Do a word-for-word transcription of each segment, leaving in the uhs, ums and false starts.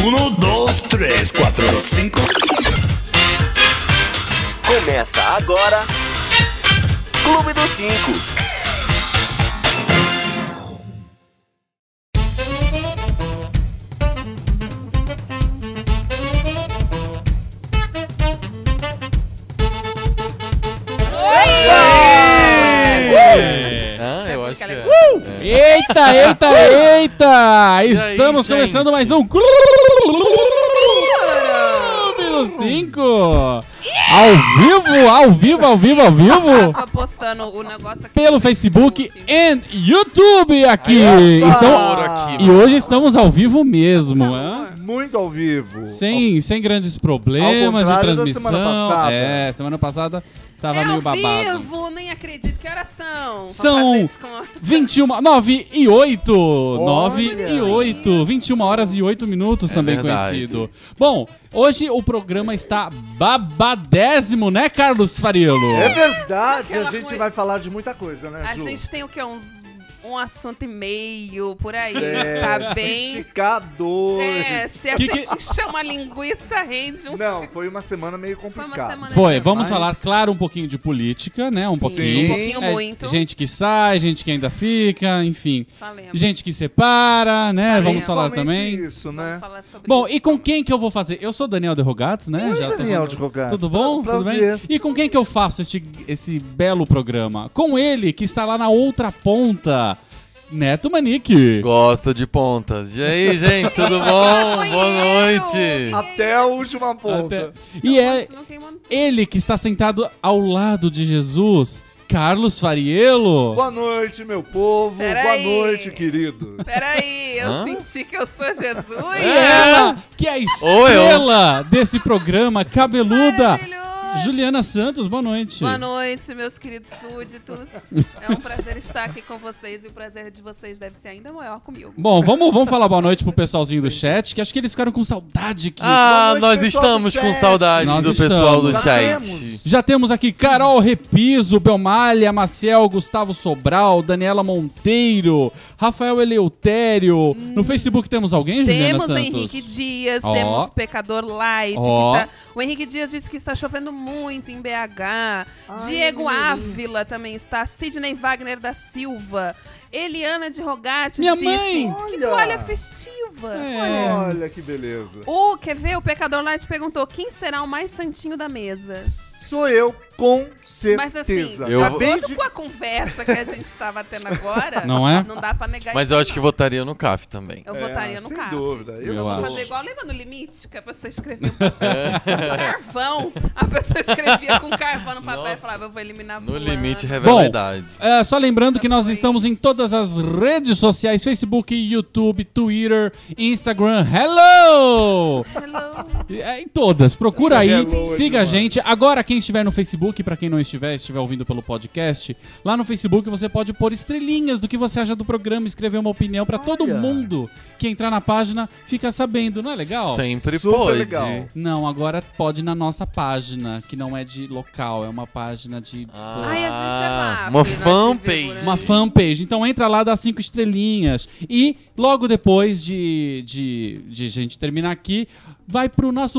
Um, dois, três, quatro, cinco. Começa agora Clube dos Cinco. Ah, eu acho que é. Uh! Eita, eita, eita! Estamos aí, começando gente? mais um Clube dos Cinco! Ao vivo, ao vivo, ao vivo, ao vivo! Tava postando o negócio aqui Pelo no Facebook e YouTube aqui! Ouro Estão... aqui, E hoje estamos ao vivo mesmo, hã? Muito ao vivo. Sem, sem grandes problemas de Ao contrário da transmissão. semana passada. É, semana passada tava É meio ao babado. vivo, nem acredito que horas são. São vinte e uma, nove e oito. nove e oito. Isso. vinte e uma horas e oito minutos, É também verdade. conhecido. Bom, hoje o programa está babadésimo, né, Carlos Fariello? É verdade, Aquela a gente coisa- vai falar de muita coisa, né, A Ju? gente tem o quê? Uns um assunto e meio por aí. É, Tá bem. Indicador. É, se a Que que- gente chama linguiça, rende um Não, cinco- foi uma semana meio Foi complicada. uma semana Foi, de vamos Mas- falar, claro, um pouquinho de política, né? Um Sim, pouquinho. um pouquinho É, muito. Gente que sai, gente que ainda fica, enfim. Falemos. Gente que separa, né? Falemos. Vamos falar Principalmente também. isso, Vamos né? falar sobre Bom, isso. e com quem que eu vou fazer? Eu sou Daniel Derrogatos, né? Oi, Já tô Daniel falando- de Rogatis. Tudo bom? Pra- Tudo bem? prazer. E com quem que eu faço este, esse belo programa? Com ele, que está lá na outra ponta, Neto Manique. Gosto de pontas. E aí, gente, tudo bom? Boa noite. Até a última ponta. Até- E é Isso não queima no- ele que está sentado ao lado de Jesus, Carlos Fariello. Boa noite, meu povo. Pera Boa aí. noite, querido. Peraí, eu Hã? senti que eu sou Jesus. E ela, que é a Ou eu. estrela desse programa, cabeluda, Maravilhoso. Juliana Santos. Boa noite. Boa noite, meus queridos súditos. É um prazer estar aqui com vocês e o prazer de vocês deve ser ainda maior comigo. Bom, vamos, vamos falar boa noite pro pessoalzinho do chat, que acho que eles ficaram com saudade aqui. Ah, noite, nós pessoal estamos do com chat. saudade Nós do pessoal do estamos. Já chat. temos. Já temos aqui Carol Repiso, Belmalha, Maciel, Gustavo Sobral, Daniela Monteiro, Rafael Eleutério. No Facebook temos alguém, Juliana Temos Santos? Henrique Dias, Ó. temos Pecador Light. Ó. Que tá... O Henrique Dias disse que está chovendo muito em B H. Ai, Diego ai, ai. Ávila também está. Sidney Wagner da Silva. Eliana de Rogatis Minha disse mãe! que Olha. toalha festiva. É. Olha que beleza. O, quer ver? O Pecador Light perguntou quem será o mais santinho da mesa. Sou eu, com certeza. Mas assim, Eu de vou- acordo com a conversa que a gente estava tendo agora, Não é? não dá pra negar Mas isso eu acho que não. votaria no C A F também. Eu É, votaria no sem carro. dúvida. Eu, Eu sou- acho. Fazer igual, lembra no limite? Que a pessoa escrevia um papel com carvão. A pessoa escrevia com carvão no papel Nossa. e falava, eu vou eliminar No fulano. limite, revela Bom, a idade. É, só lembrando que nós Foi. estamos em todas as redes sociais, Facebook, YouTube, Twitter, Instagram. Hello! Hello. É, em todas, procura aí, Hello é siga a demais. gente. Agora, quem estiver no Facebook, pra quem não estiver, estiver ouvindo pelo podcast, lá no Facebook você pode pôr estrelinhas do que você acha do programa, escrever uma opinião pra todo Olha. mundo que entrar na página fica sabendo, não é legal? Sempre Super pode. legal. Não, agora pode na nossa página, que não é de local, é uma página de... Ah, Ai, a gente é máfia, uma nós se fanpage. vemos, né? Uma fanpage. Então entra lá, dá cinco estrelinhas. E logo depois de, de, de a gente terminar aqui, vai pro nosso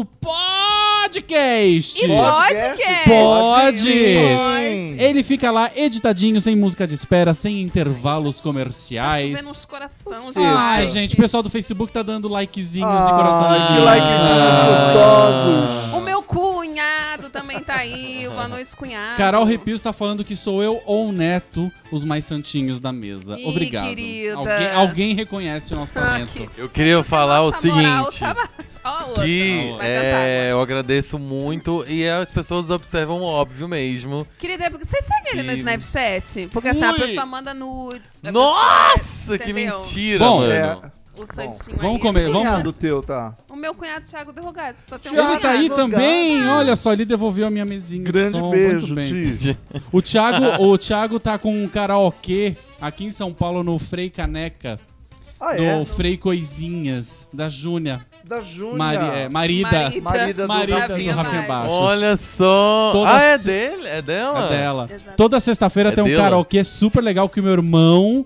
podcast. E podcast? Pode. Pode. Ele fica lá editadinho, sem música de espera, sem intervalos Tá comerciais. chovendo uns coração, Ai, Isso. gente, o pessoal do Facebook tá dando likezinhos e Ai, corações. que likezinhos gostosos. O meu cunhado também tá aí. Boa noite, cunhado. Carol Repiso tá falando que sou eu ou o Neto os mais santinhos da mesa. Ih, Obrigado. querida. Alguém, alguém reconhece o nosso Ah, talento. que- Eu queria falar o Nossa moral seguinte, tá baixa. Ó a outra. que Vai é, cantar agora. eu agradeço muito e as pessoas observam o óbvio mesmo. Querida, porque você segue ele no Que- Snapchat? Porque assim, a Ui. pessoa manda nudes. a Nossa, pessoa- que entendeu? mentira, Bom, mano. É. O santinho Vamos aí. comer, é vamos- Cunhado teu, tá? O meu cunhado Thiago Derrogatis. Só tem um Thiago Ele tá aí cunhado. também, olha só, ele devolveu a minha mesinha de Grande som, beijo, muito bem. Ti. O Thiago, o Thiago tá com um karaokê aqui em São Paulo no Frei Caneca, Ah, no é? Frei Coisinhas, da Júnia, Da Júlia. Mari, é, marida, Marida, Marida do marida do Rafinha Rafinha Baixos. Baixos. Olha só. Toda Ah, é se- dele? É dela? É dela. Exato. Toda sexta-feira É tem um dela? karaokê super legal que o meu irmão,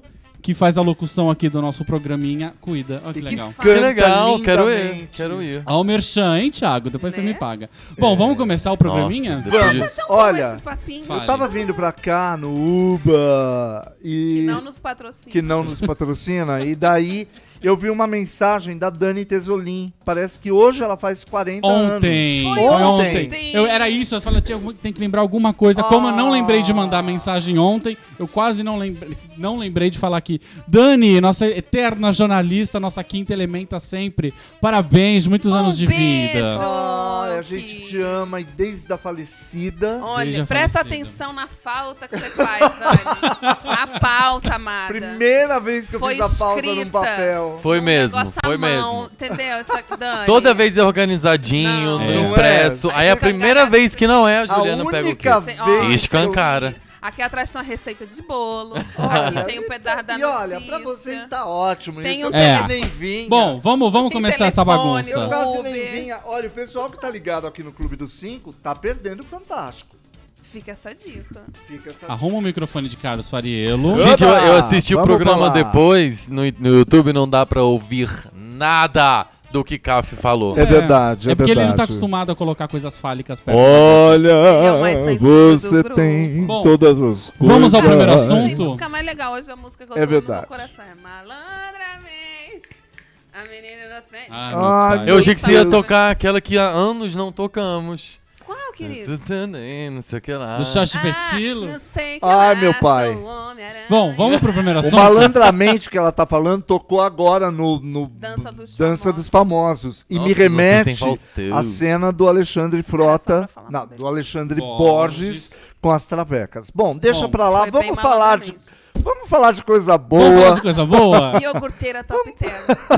que faz a locução aqui do nosso programinha, cuida. Olha que E que legal. Que legal, quero ir, lindamente. quero ir. Ó o merchan, hein, Thiago? Depois você Né? me paga. Bom, vamos começar o programinha? Nossa, depois Vamos. de- Tão bom Olha, esse papinho. fala. Eu tava vindo pra cá no Uber e... Que não nos patrocina. que não nos patrocina, e daí eu vi uma mensagem da Dani Tesolin. Parece que hoje ela faz quarenta Ontem. anos. Foi Foi ontem. ontem. Eu, era isso, eu falei, tinha algum- tem que lembrar alguma coisa. Como eu não lembrei de mandar mensagem ontem, eu quase não lembrei, não lembrei de falar aqui. Dani, nossa eterna jornalista, nossa quinta elementa sempre. Parabéns, muitos Um anos de beijo. vida. Ai, a Que- gente te ama e desde a falecida. Olha, Desde a presta falecida. atenção na falta que você faz, Dani. A pauta, amada. Primeira vez que eu Foi fiz a pauta num escrita. papel. Foi Um mesmo, negócio à foi mão, mesmo. Entendeu? Isso aqui, Dani. Toda vez é organizadinho, Não. no É. impresso. Não Aí é. a primeira vez que não é, a A Juliana pega o quê? única Cê- vez. ó, Escancara. Aqui atrás tem uma receita de bolo. Olha, Aqui tem um pedaço da e notícia. olha, pra vocês tá ótimo. Tem isso. um Eu É. quase nem vinha. Bom, vamos, vamos Tem começar essa telefone, bagunça. eu quase nem Uber. vinha. Olha, o pessoal que tá ligado aqui no Clube dos Cinco tá perdendo o Fantástico. Fica essa dica. Fica essa... Arruma o microfone de Carlos Fariello. Gente, eu, Oba! eu assisti o Vamos programa falar. depois, no, no YouTube não dá pra ouvir nada do que Caf falou. É verdade, é É porque ele não tá verdade. acostumado a colocar coisas fálicas perto. Olha, Ele é o mais sensível você do grupo. tem Bom, todas as coisas. vamos ao primeiro Tem assunto? música mais legal. Hoje a música que eu É tô no meu verdade. coração é Malandramente. A menina inocente. Ai, Ai, meu pai. Eu achei que você ia Deus. tocar aquela que há anos não tocamos. Qual, querido? Não sei o que lá. Do Xoxi Ah, Vecilo? não sei que Ai, lá, meu pai. sou Homem-Aranha. Bom, vamos pro primeiro O assunto? Malandramente que ela tá falando tocou agora no, no Dança dos Dança Famosos. dos Famosos. E Nossa, me vocês remete têm Faustão. a cena do Alexandre Era só Frota, pra falar não, dele. do Alexandre Borges. Borges com as travecas. Bom, deixa Bom, pra lá, Foi bem vamos falar, de, malandramente. vamos falar de coisa Vamos falar boa. de coisa boa? Iogurteira top term.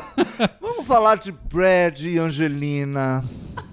Vamos falar de Brad e Angelina.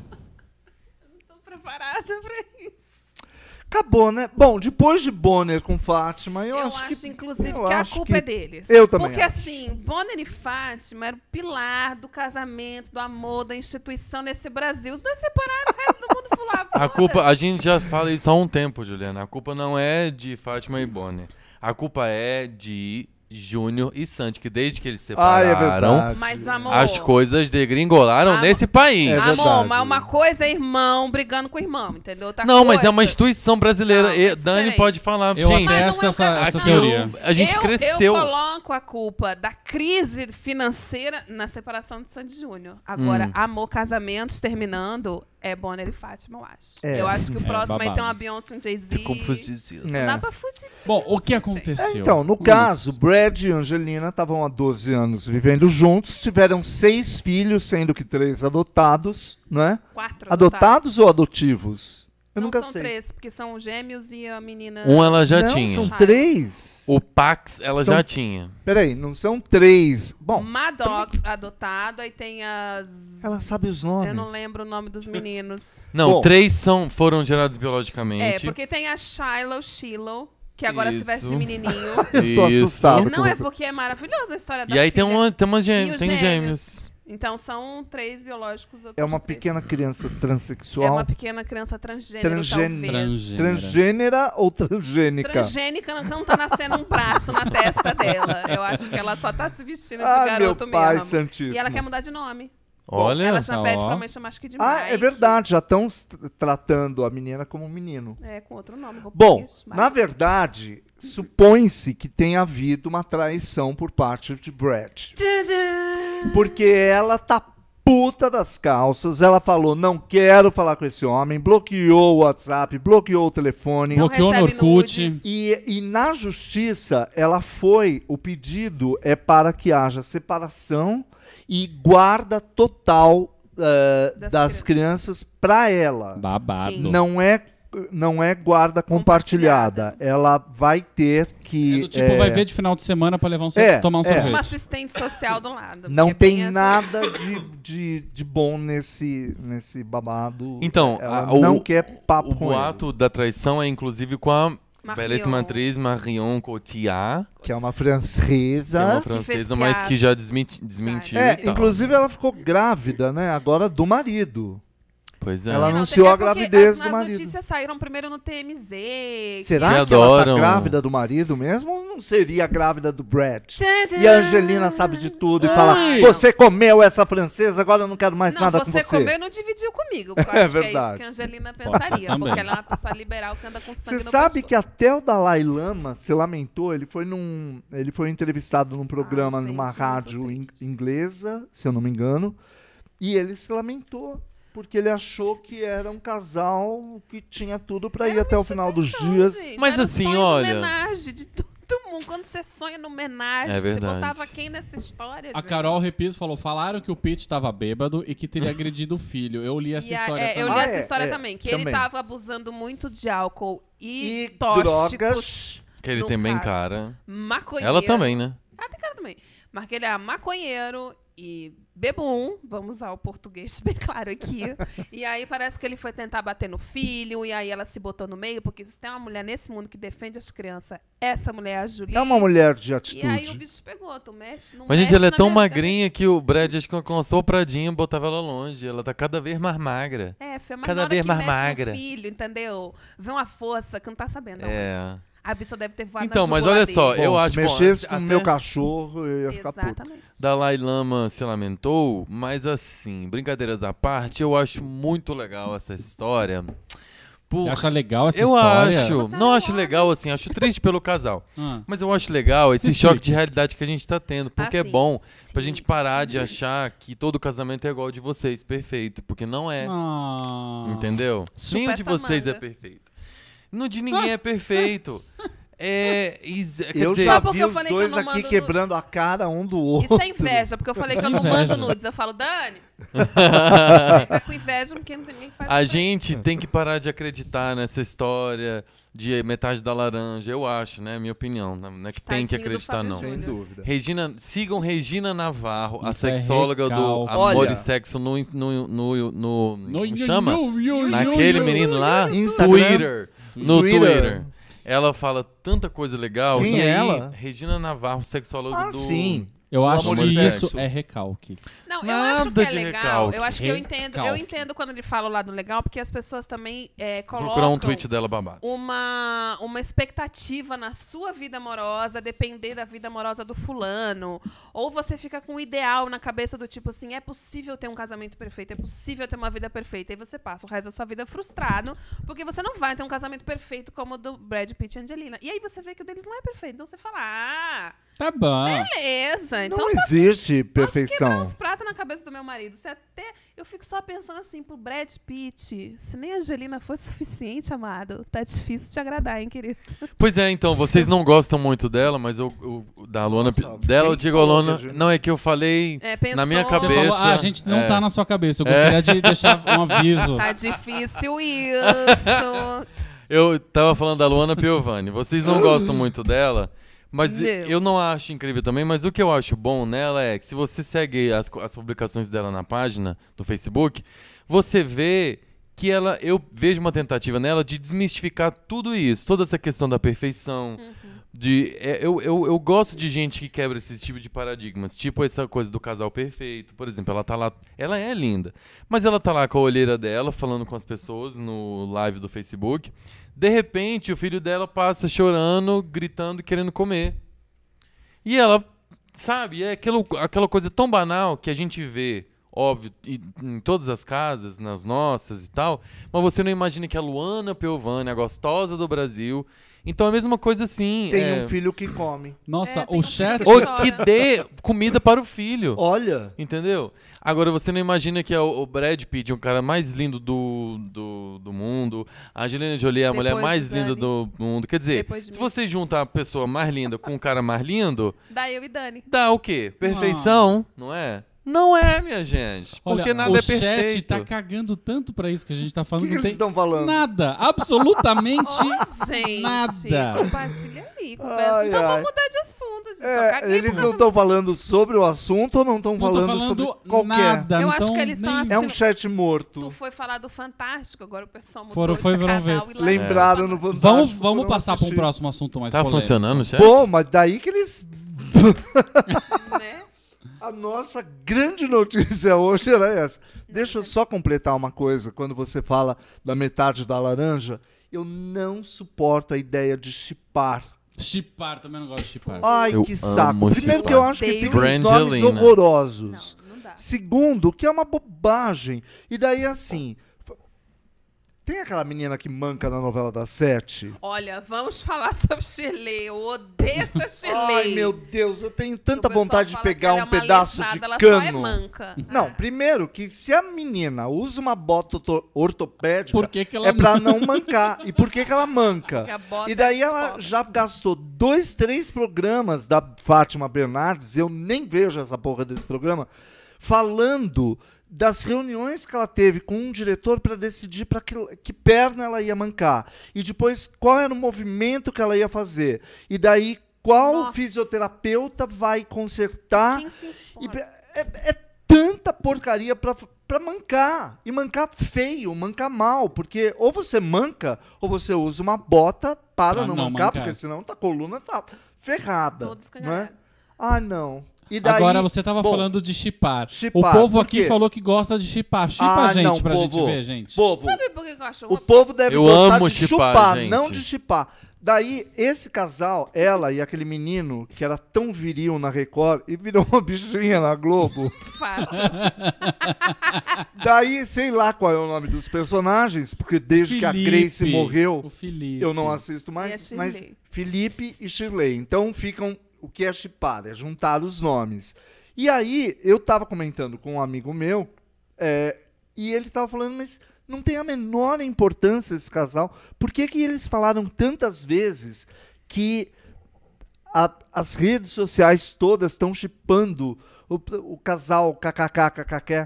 Tô preparada pra isso. Acabou, né? Bom, depois de Bonner com Fátima, eu, Eu, acho, acho, que... inclusive, eu que a acho culpa que- é deles. Eu também Porque, acho. assim, Bonner e Fátima era o pilar do casamento, do amor, da instituição nesse Brasil. Os dois separaram, o resto do mundo falou, ah, A culpa, a foda-se. gente já fala isso há um tempo, Juliana. A culpa não é de Fátima e Bonner. A culpa é de Júnior e Santi, que desde que eles se Ah, é separaram, verdade. Mas, amor... as coisas degringolaram Amor- nesse país. É Amor, verdade. mas uma coisa é irmão brigando com irmão, entendeu? Outra Não, mas é coisa- uma instituição brasileira. Não, e é Dani diferente. pode falar. Eu gente, Mas não atesto é um essa, casamento. essa aquilo- teoria. a gente eu, cresceu. Eu coloco a culpa da crise financeira na separação de Sandy Júnior. Agora, Hum. amor, casamentos terminando é Bonner e Fátima, eu acho. É. Eu acho que o É, próximo aí babado. tem uma Beyoncé e um Jay-Z. Ficou fugitivo. É. Não dá pra fugir disso. Bom, o que Sim. aconteceu? Então, no Vamos. caso, Brad e Angelina estavam há doze anos vivendo juntos, tiveram seis filhos, sendo que três adotados, né? Quatro Adotados ou adotivos? Eu Não, nunca são sei. três, porque são gêmeos e a menina... Um ela já Não, tinha. são três. O Pax ela São- já tinha. Peraí, não são três. Bom, Maddox adotado, aí tem as... Ela sabe os Eu não nomes. lembro o nome dos meninos. Não, Bom. três são, foram gerados É, biologicamente. porque tem a Shiloh, Shiloh, que agora se veste Isso. de menininho. eu tô Isso. assustado Não, com é você. porque é maravilhosa a história da E aí tem, filha. uma, tem umas E gêmeos, os tem gêmeos. gêmeos. Então são três biológicos. outros É uma três. pequena criança É transexual, uma pequena criança transgênero, Transgênero. talvez. Transgênero. transgênera ou transgênica? Transgênica não, não tá nascendo um braço na testa dela. Eu acho que ela só tá se vestindo de Ah, meu garoto pai mesmo. santíssimo. E ela quer mudar de nome. Olha, ela já tá, pede ó. pra mãe chamar acho que de Ah, é Mike. verdade, já estão tratando a menina como um menino. É, com outro nome. Bom, roupinhas, na maravilhoso. verdade, supõe-se que tenha havido uma traição por parte de Brad. Tadã! Porque ela tá puta das calças, ela falou, não quero falar com esse homem, bloqueou o WhatsApp, bloqueou o telefone. Não Bloqueou no recebe Orkut. nudes. E, e na justiça, ela foi, o pedido é para que haja separação e guarda total eh, Das das, crianças para ela. Babado. Sim. Não é, não é guarda compartilhada. Ela vai ter É que... do tipo, eh, vai ver de final de semana pra levar um sor- É, tomar um é. sorvete. Uma assistente social do lado. Não porque tem essa- nada de, de, de bom nesse, nesse babado. Então, ela a- o- não quer papo o com boato da traição é inclusive com a Marion. belíssima atriz Marion Cotillard, ele, que é uma que é uma francesa. francesa, fez mas piada. que já desmenti- desmentiu. É, e tal. inclusive ela ficou grávida, né? Agora do marido. Pois é. Ela É, não, anunciou tem- é a porque gravidez as, do as marido. notícias saíram primeiro no T M Z. Será Que que ela tá adoram. grávida do marido mesmo ou não seria grávida do Brad? E a Angelina sabe de tudo e fala, Ai. você comeu essa francesa, agora eu não quero mais Não, nada com você você. comeu e não dividiu comigo. Porque eu É acho que é isso verdade. que a Angelina Pode pensaria. ser também. Porque ela é uma pessoa liberal que anda com sangue Você no sabe que pescoço. até o Dalai Lama se lamentou, ele foi num, ele foi entrevistado num programa Ai, numa gente, rádio muito in- triste. inglesa, se eu não me engano, e ele se lamentou porque ele achou que era um casal que tinha tudo pra ir É até uma o final dos instituição, dias. gente. Mas Era o assim, sonho olha- do homenagem de todo mundo. Quando você sonha no homenagem, É você verdade. botava quem nessa história, A gente? Carol Repiso falou, falaram que o Pete tava bêbado e que teria agredido o filho. Eu li essa E a- história é, eu também. li Ah, essa é, história é, também, que também. ele tava abusando muito de álcool e, E tóxicos. drogas. Que ele no tem bem caso. cara. Maconheiro. Ela também, né? Ah, tem cara também. Mas que ele é maconheiro e bebum, vamos usar o português bem claro aqui. E aí parece que ele foi tentar bater no filho, e aí ela se botou no meio, porque se tem uma mulher nesse mundo que defende as crianças, essa mulher é a Julie. É uma mulher de E aí o atitude. bicho pegou, tu mexe, não Mas, gente, mexe ela é na tão minha- magrinha que o Brad, acho que com uma sopradinha, botava ela longe. Ela tá cada vez mais magra. É, foi mas cada na hora vez que mais mexe magra. no filho, entendeu? Vê uma força que não tá sabendo, não. É. mas A bicha deve ter voado Então, na mas jugular olha dele. só, eu Bom, acho se bom, mexesse com o até- meu cachorro, eu ia ficar puto. Exatamente. Dalai Lama se lamentou, mas assim, brincadeiras à parte, eu acho muito legal essa história. Por... Você acha legal essa eu história? acho, Você não não acho olha. legal assim, acho triste pelo casal. Ah. Mas eu acho legal esse Me choque explique. de realidade que a gente tá tendo, porque Ah, é sim. bom pra Sim. gente parar de achar que todo casamento é igual ao de vocês, perfeito, porque não é. Ah. Entendeu? Chupa Nem o de essa vocês é manga. perfeito. No de ninguém é perfeito. É, is- quer Eu dizer, já Só porque vi eu os falei que eu dois não aqui mando nu- quebrando a cara um do outro. Isso é inveja, porque eu falei que eu não Inveja. mando nudes. Eu falo, Dani, ele tá com inveja porque não tem ninguém que faz a isso. gente tem que parar de acreditar nessa história de metade da laranja, eu acho, né? Minha opinião. Não é que tem que Tadinho do acreditar, Fábio não. Júnior. Sem dúvida. Regina, sigam Regina Navarro, a Isso é sexóloga do recalque. Amor Olha. e Sexo no, no, no, no, No- como chama? no- no- no- Naquele no- menino lá, Instagram. Twitter. No Twitter. Twitter. Ela fala tanta coisa legal. Quem E é aí, ela? Regina Navarro, sexóloga Ah, do... sim. Eu acho amor que e isso sexo. é recalque. Não, eu Nada acho que é de legal. recalque. Eu acho que eu entendo, eu Recalque. entendo quando ele fala o lado legal, porque as pessoas também é, Procurar colocam um tweet dela babado. uma, uma expectativa na sua vida amorosa, depender da vida amorosa do fulano. Ou você fica com um ideal na cabeça do tipo assim, é possível ter um casamento perfeito, é possível ter uma vida perfeita. E você passa o resto da sua vida frustrado, porque você não vai ter um casamento perfeito como o do Brad Pitt e Angelina. E aí você vê que o deles não é perfeito. Então você fala, ah, Tá bom. beleza. Então Não posso- existe Posso quebrar perfeição. uns pratos na cabeça do meu marido. Se até eu fico só pensando assim, pro Brad Pitt, se nem a Angelina foi suficiente, amado, tá difícil te agradar, hein, querido? Pois é, então, vocês não gostam muito dela, mas eu, eu- da Luana, Nossa, dela eu quem digo, falou Luana, que a gente- não, é que eu falei É, pensou, na minha Você cabeça. falou, ah, a gente não é. tá na sua cabeça. Eu gostaria de deixar um aviso. Tá difícil isso. Eu tava falando da Luana Piovani. Vocês não gostam muito dela, mas Não. eu não acho incrível também. Mas o que eu acho bom nela é que se você segue as, co- as publicações dela na página do Facebook, você vê que ela, eu vejo uma tentativa nela de desmistificar tudo isso, toda essa questão da perfeição. De, é, eu, eu, eu gosto de gente que quebra esse tipo de paradigmas, tipo essa coisa do casal perfeito. Por exemplo, ela tá lá, ela é linda, mas ela tá lá com a olheira dela, falando com as pessoas no live do Facebook. De repente, o filho dela passa chorando, gritando, querendo comer. E ela, sabe, é aquilo, aquela coisa tão banal que a gente vê, óbvio, e- em todas as casas, nas nossas e tal, mas você não imagina que a Luana Piovani, a gostosa do Brasil. Então é a mesma coisa assim. Tem é, um filho que come. Nossa, É, tem o um chat... filho ou chora. que dê comida para o filho. Olha, Entendeu? Agora, você não imagina que é o o Brad Pitt, um cara mais lindo do, do, do mundo. A Angelina Jolie é a Depois mulher do mais linda Dani. do mundo. Quer dizer, Depois de se mim. você juntar a pessoa mais linda com o cara mais lindo, Daí eu e Dani. dá o quê? Perfeição, não é? Não é, minha gente. Olha, Porque nada o é chat perfeito. tá cagando tanto pra isso que a gente tá o falando. que, que não eles tem estão falando? nada, absolutamente Ô, gente, nada. compartilha aí, conversa. Ai, então ai. vamos mudar de assunto, gente. Só É, caguei eles por não causa- estão falando sobre o assunto ou não estão Não tô falando, falando sobre qualquer? nada. Eu não acho tão que eles tão nem- É assistindo- um chat morto. Tu foi falar do Fantástico, agora o pessoal mudou Foram- de foi, foram canal ver. e lá- Lembraram no Fantástico. Vamos, vamos foram passar pra um assistir. próximo assunto mais Tá polêmico. funcionando, chat? Bom, mas daí que eles... né? A nossa grande notícia hoje era essa. Deixa eu só completar uma coisa. Quando você fala da metade da laranja, eu não suporto a ideia de chipar. Chipar, também não gosto de chipar. Ai, Eu que saco. amo Primeiro chipar. que eu acho que Odeio. tem uns nomes Brangelina. horrorosos. Não, não dá. Segundo, que é uma bobagem. E daí, assim... Tem aquela menina que manca na novela das sete? Olha, vamos falar sobre Shirley. Eu odeio essa Shirley. Ai, meu Deus, eu tenho O tanta pessoal vontade de fala que pegar ela é um uma pedaço aleijada, de ela só é cano. manca. Não, É. primeiro que se a menina usa uma bota orto- ortopédica, Por que que ela é pra não mancar. E por que que ela manca? Porque a bota E daí é ela descobre. já gastou dois, três programas da Fátima Bernardes, eu nem vejo essa porra desse programa, falando das reuniões que ela teve com um diretor para decidir para que, que perna ela ia mancar. E depois qual era o movimento que ela ia fazer. E daí qual Nossa. fisioterapeuta vai consertar. Quem se E importa? é, é tanta porcaria pra, pra mancar. E mancar feio, mancar mal. Porque ou você manca, ou você usa uma bota para Pra não, não mancar, mancar. porque senão tua coluna tá ferrada. Todo Não é? escangalhado. Ah, não. E daí, Agora você tava bom, falando de chipar. chipar, O povo por aqui quê? falou que gosta de chipar. Chipa Ah, a gente não, pra povo. gente ver, gente. Povo, Sabe por que que eu acho? o povo deve Eu gostar amo de chipar, chupar, gente. não de chipar. Daí, esse casal, ela e aquele menino, que era tão viril na Record, e virou uma bichinha na Globo. Fato. Daí, sei lá qual é o nome dos personagens, porque desde que a Felipe, Grace morreu, o Felipe. eu não assisto E mais. a Mas Shirley. Felipe e Shirley. Então ficam o que é chipar, é juntar os nomes. E aí, eu tava comentando com um amigo meu, é, e ele tava falando, mas não tem a menor importância esse casal. Por que que eles falaram tantas vezes que a- as redes sociais todas estão chipando o, o casal kkkkk?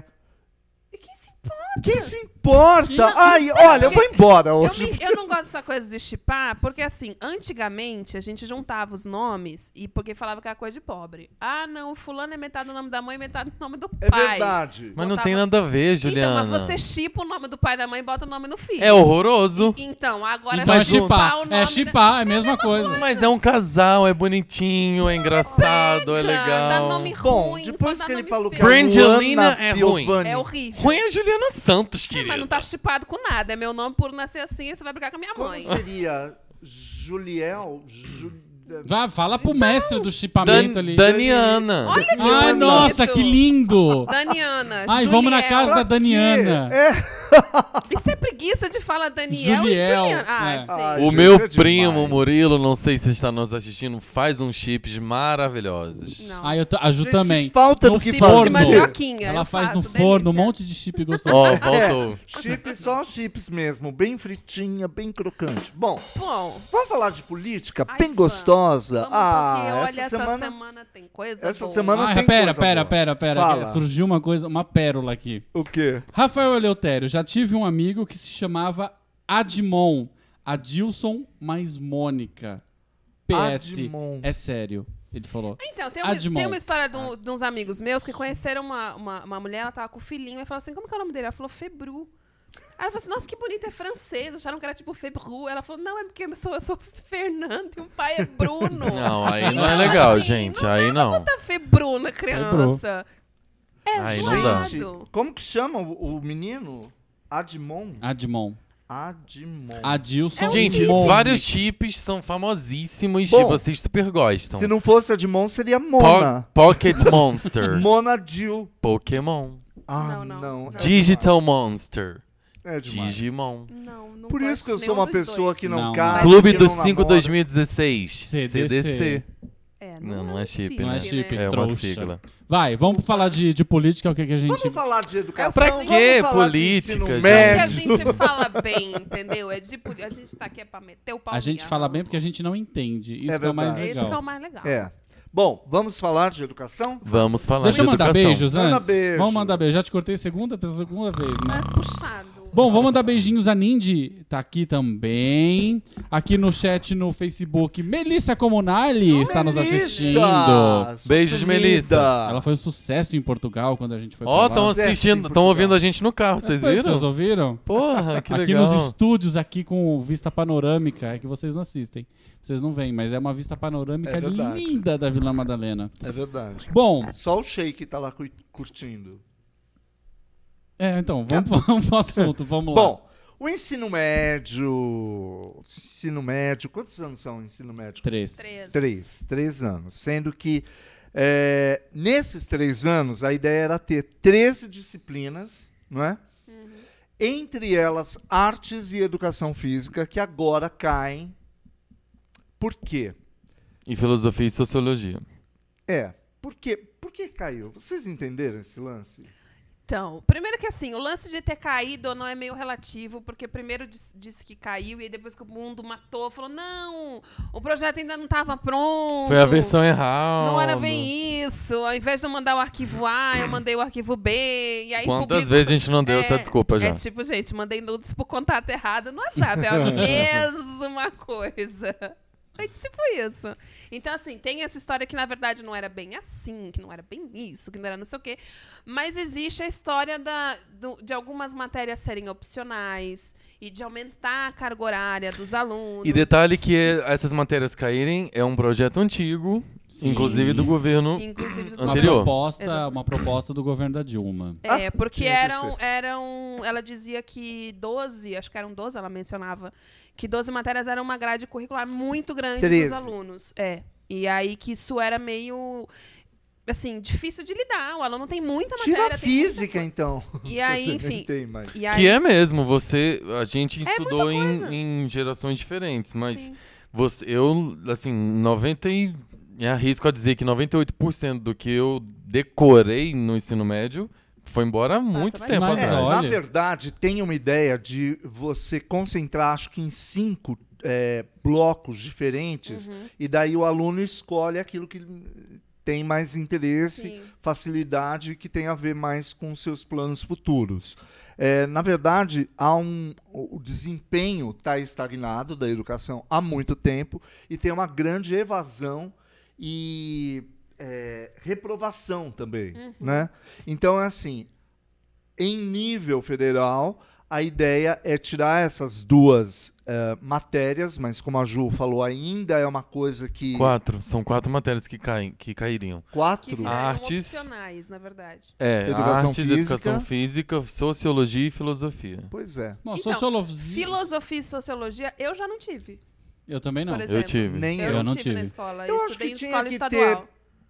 E quem se importa? Quem se importa? Quem se Ai, olha, eu vou embora Eu, hoje. me- eu não gosto dessa coisa de chipar, porque assim, antigamente a gente juntava os nomes e porque falava que era coisa de pobre. Ah, não, fulano é metade do nome da mãe e metade do nome do É pai. verdade. Mas não Botava- tem nada a ver, Juliana. Então, mas você chipa o nome do pai e da mãe e bota o nome no filho. É horroroso. Então, agora Então é chipar chipar. o nome É da- chipar, é a mesma coisa. Mas é um casal, é bonitinho, é engraçado, é Pega, Dá legal. nome Bom, ruim, depois só dá que ele nome falou que feio. a Brangelina Luana é ruim. Piovani- É horrível. Ruim é a Juliana Santos, É, querida. mas não tá chipado com nada. É meu nome por nascer assim e você vai brigar com a minha Como mãe. seria Juliel? Ju... Vá, fala pro mestre do chipamento Dan- ali. Daniana. Olha que Ai, bonito. nossa, que lindo! Daniana. Ai, vamos na Juliel. casa da Daniana. É. Isso é preguiça de falar Daniel Juliel, e Juliana. Ah, é. gente. Ai, O gente, meu é primo, demais. Murilo, não sei se está nos assistindo, faz uns chips maravilhosos. Não. Ai, eu tô, a Ju Gente, também. que falta No do que Chip fazer. de mandioquinha. Ela eu faz no faço, forno um delícia. monte de chip gostoso. Ó, voltou. Chips, só chips mesmo, bem fritinha, bem crocante. Bom, Bom, vamos falar de política? Ai, bem vamos. gostosa. vamos ah, porque, olha, essa, essa semana... semana tem coisa essa boa. semana- Ah, tem pera, coisa pera, boa. pera, pera. Fala. Surgiu uma coisa, uma pérola aqui. O quê? Rafael Eleutério, já tive um amigo que se chamava Admon. Adilson mais Mônica. P S. Admon. É sério, ele falou. Então, tem uma, Admon. tem uma história de, um- de uns amigos meus que conheceram uma, uma, uma mulher, ela tava com o filhinho, e falou assim, como que é o nome dele? Ela falou, Febru. Aí ela falou assim, nossa, que bonito, é francês, acharam que era tipo Febru. Ela falou, não, é porque eu sou, eu sou Fernando e o pai é Bruno. Não, aí não é Então, legal, assim, gente. não Aí não. Tá Febru na criança. É Aí não zoado. dá. Gente, como que chama o, o menino? Admon? Admon. Admon. Adilson. É um Gente, Mônica. vários chips são famosíssimos Bom, e vocês super gostam. Se não fosse Admon, seria Po- Mona. Pocket Monster. Mona Jill. Pokémon. Ah, Não, não, não. não. É Digital Monster. demais. É demais. Digimon. Não, não Por isso gosto que eu de sou nenhum uma dos pessoa dois. que não, Não, casa. não. Clube que dos não cinco namora. dois mil e dezesseis. C C D C. D C. É, Não, não é chip, Não é né? chip, É uma trouxa. sigla. Vai, vamos falar de, de política, o que, que a gente... Vamos falar de educação? Pra Vamos quê falar de política, ensino gente? Porque a médio? gente fala bem, entendeu? É de, poli- a gente tá aqui é pra meter o pau A gente mesmo. fala bem porque a gente não entende. Isso É que é o mais verdade. Esse que é legal. o mais legal. É. Bom, vamos falar de educação? Vamos falar Deixa eu de mandar educação. beijos Manda antes. beijos. Vamos mandar beijos. Já te cortei segunda pela segunda vez, né? É puxado. Bom, vamos mandar beijinhos. A Nindy tá aqui também. Aqui no chat no Facebook, Melissa Comunali está nos assistindo. Sua Beijo de sumida. Melissa. Ela foi um sucesso em Portugal quando a gente foi Ó, pra estão lá. Sucesso em assistindo, estão Portugal. ouvindo a gente no carro, vocês Pois, viram? Vocês ouviram? Porra, que Aqui legal. nos estúdios, aqui com vista panorâmica, é que vocês não assistem. Vocês não veem, mas é uma vista panorâmica É verdade. linda da Vila Madalena. É verdade. Bom, Só o Sheik tá lá cu- curtindo. é, então, vamos, vamos pro assunto, vamos lá. Bom, o ensino médio... Ensino médio... Quantos anos são o ensino médio? Três. Três. Três. Três anos. Sendo que é, nesses três anos a ideia era ter treze disciplinas, não é? Entre elas artes e educação física, que agora caem. Por quê? E filosofia e sociologia. É, por quê? Por que caiu? Vocês entenderam esse lance? Então, primeiro que assim, o lance de ter caído ou não é meio relativo, porque primeiro disse, disse que caiu e aí depois que o mundo matou, falou, não, o projeto ainda não estava pronto. Foi a versão errada. Não era bem isso. Ao invés de eu mandar o arquivo A, eu mandei o arquivo B. E aí Quantas publico- vezes a gente não deu É, essa desculpa já? É tipo, gente, mandei nudes pro contato errado no WhatsApp. É a mesma coisa. É tipo isso. Então, assim, tem essa história que, na verdade, não era bem assim, que não era bem isso, que não era não sei o quê. Mas existe a história da, do- de algumas matérias serem opcionais e de aumentar a carga horária dos alunos. E detalhe que é- essas matérias caírem é um projeto antigo, Sim. inclusive do governo Inclusive do Uma anterior. proposta, Exato. uma proposta do governo da Dilma. É, Ah, porque tinha que eram, ser. eram. Ela dizia que doze, acho que eram doze, ela mencionava, que doze matérias eram uma grade curricular muito grande treze. dos alunos. É. E aí que isso era meio. Assim, difícil de lidar. O aluno tem muita matéria. Tira a tem muita física, então. E aí, Você nem enfim. tem mais. E aí, Que é mesmo, você, a gente É estudou muita coisa. em, em gerações diferentes, mas sim. você, eu, assim, noventa e, me arrisco a dizer que noventa e oito por cento do que eu decorei no ensino médio foi embora há muito mais tempo Mas É, atrás. olha- na verdade, tem uma ideia de você concentrar, acho que em cinco é, blocos diferentes, Uhum. e daí o aluno escolhe aquilo que tem mais interesse, Sim. facilidade e que tem a ver mais com seus planos futuros. É, na verdade, há um, o desempenho está estagnado da educação há muito tempo e tem uma grande evasão e é, reprovação também. Né? Então, é assim, em nível federal, a ideia é tirar essas duas eh, matérias, mas como a Ju falou, ainda é uma coisa que... Quatro, são quatro matérias que, caem, que cairiam. Que Quatro? viraram Artes. opcionais, na verdade. É, Educação artes, física. educação física, sociologia e filosofia. Pois é. Bom, Então, sociologia. Filosofia e sociologia, eu já não tive. Eu também não. Por exemplo. Eu tive. Nem Eu, eu. Eu não não tive, na tive. escola. Eu Eu acho estudei que em tinha escola que estadual.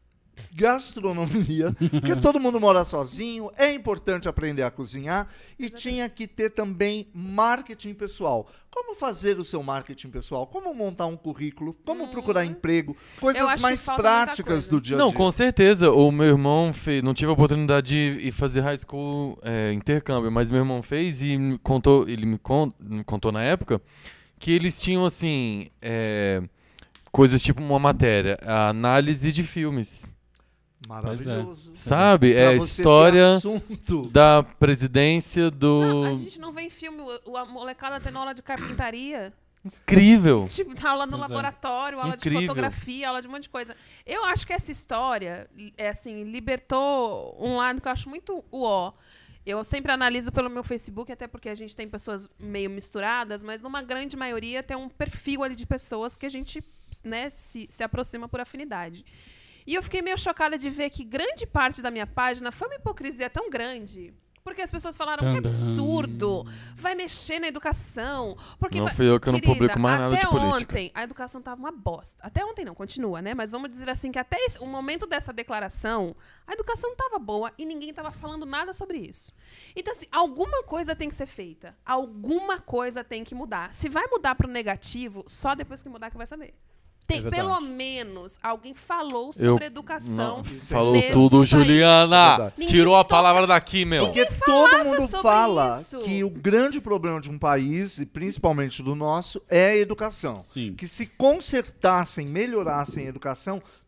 Gastronomia, porque todo mundo mora sozinho, é importante aprender a cozinhar e tinha que ter também marketing pessoal. Como fazer o seu marketing pessoal? Como montar um currículo? Como procurar emprego? Hum. Eu Coisas acho que mais falta muita práticas coisa. do dia a dia. Não, com certeza. O meu irmão fez, não tive a oportunidade de ir fazer high school é, intercâmbio, mas meu irmão fez e me contou, ele me, con- me contou na época que eles tinham assim é, coisas tipo uma matéria, a análise de filmes, Maravilhoso. sabe? Pra É você ter história assunto. da presidência do Não, a gente não vê em filme o- a molecada tendo aula de carpintaria. incrível. Tipo, tá aula no Pois é. laboratório, aula Incrível. de fotografia, aula de um monte de coisa. Eu acho que essa história, é assim, libertou um lado que eu acho muito uó. Eu sempre analiso pelo meu Facebook, até porque a gente tem pessoas meio misturadas, mas numa grande maioria tem um perfil ali de pessoas que a gente, né, se, se aproxima por afinidade. E eu fiquei meio chocada de ver que grande parte da minha página foi uma hipocrisia tão grande. Porque as pessoas falaram que Tandam. absurdo, vai mexer na educação. Porque Não vai... fui eu que eu não Querida, publico mais nada até de política. ontem a educação tava uma bosta. Até ontem não, continua, né? Mas vamos dizer assim que até esse- o momento dessa declaração, a educação não tava boa e ninguém tava falando nada sobre isso. Então, assim, alguma coisa tem que ser feita. Alguma coisa tem que mudar. Se vai mudar pro negativo, só depois que mudar que vai saber. Tem, É verdade. pelo menos alguém falou Eu- sobre educação. Não, Isso falou nesse tudo, país. Juliana. Verdade. Ninguém Tirou a toca- palavra daqui, meu. Porque falava todo mundo sobre fala isso. que o grande problema de um país, e principalmente do nosso, é a educação. Sim. Que se consertassem, melhorassem a educação,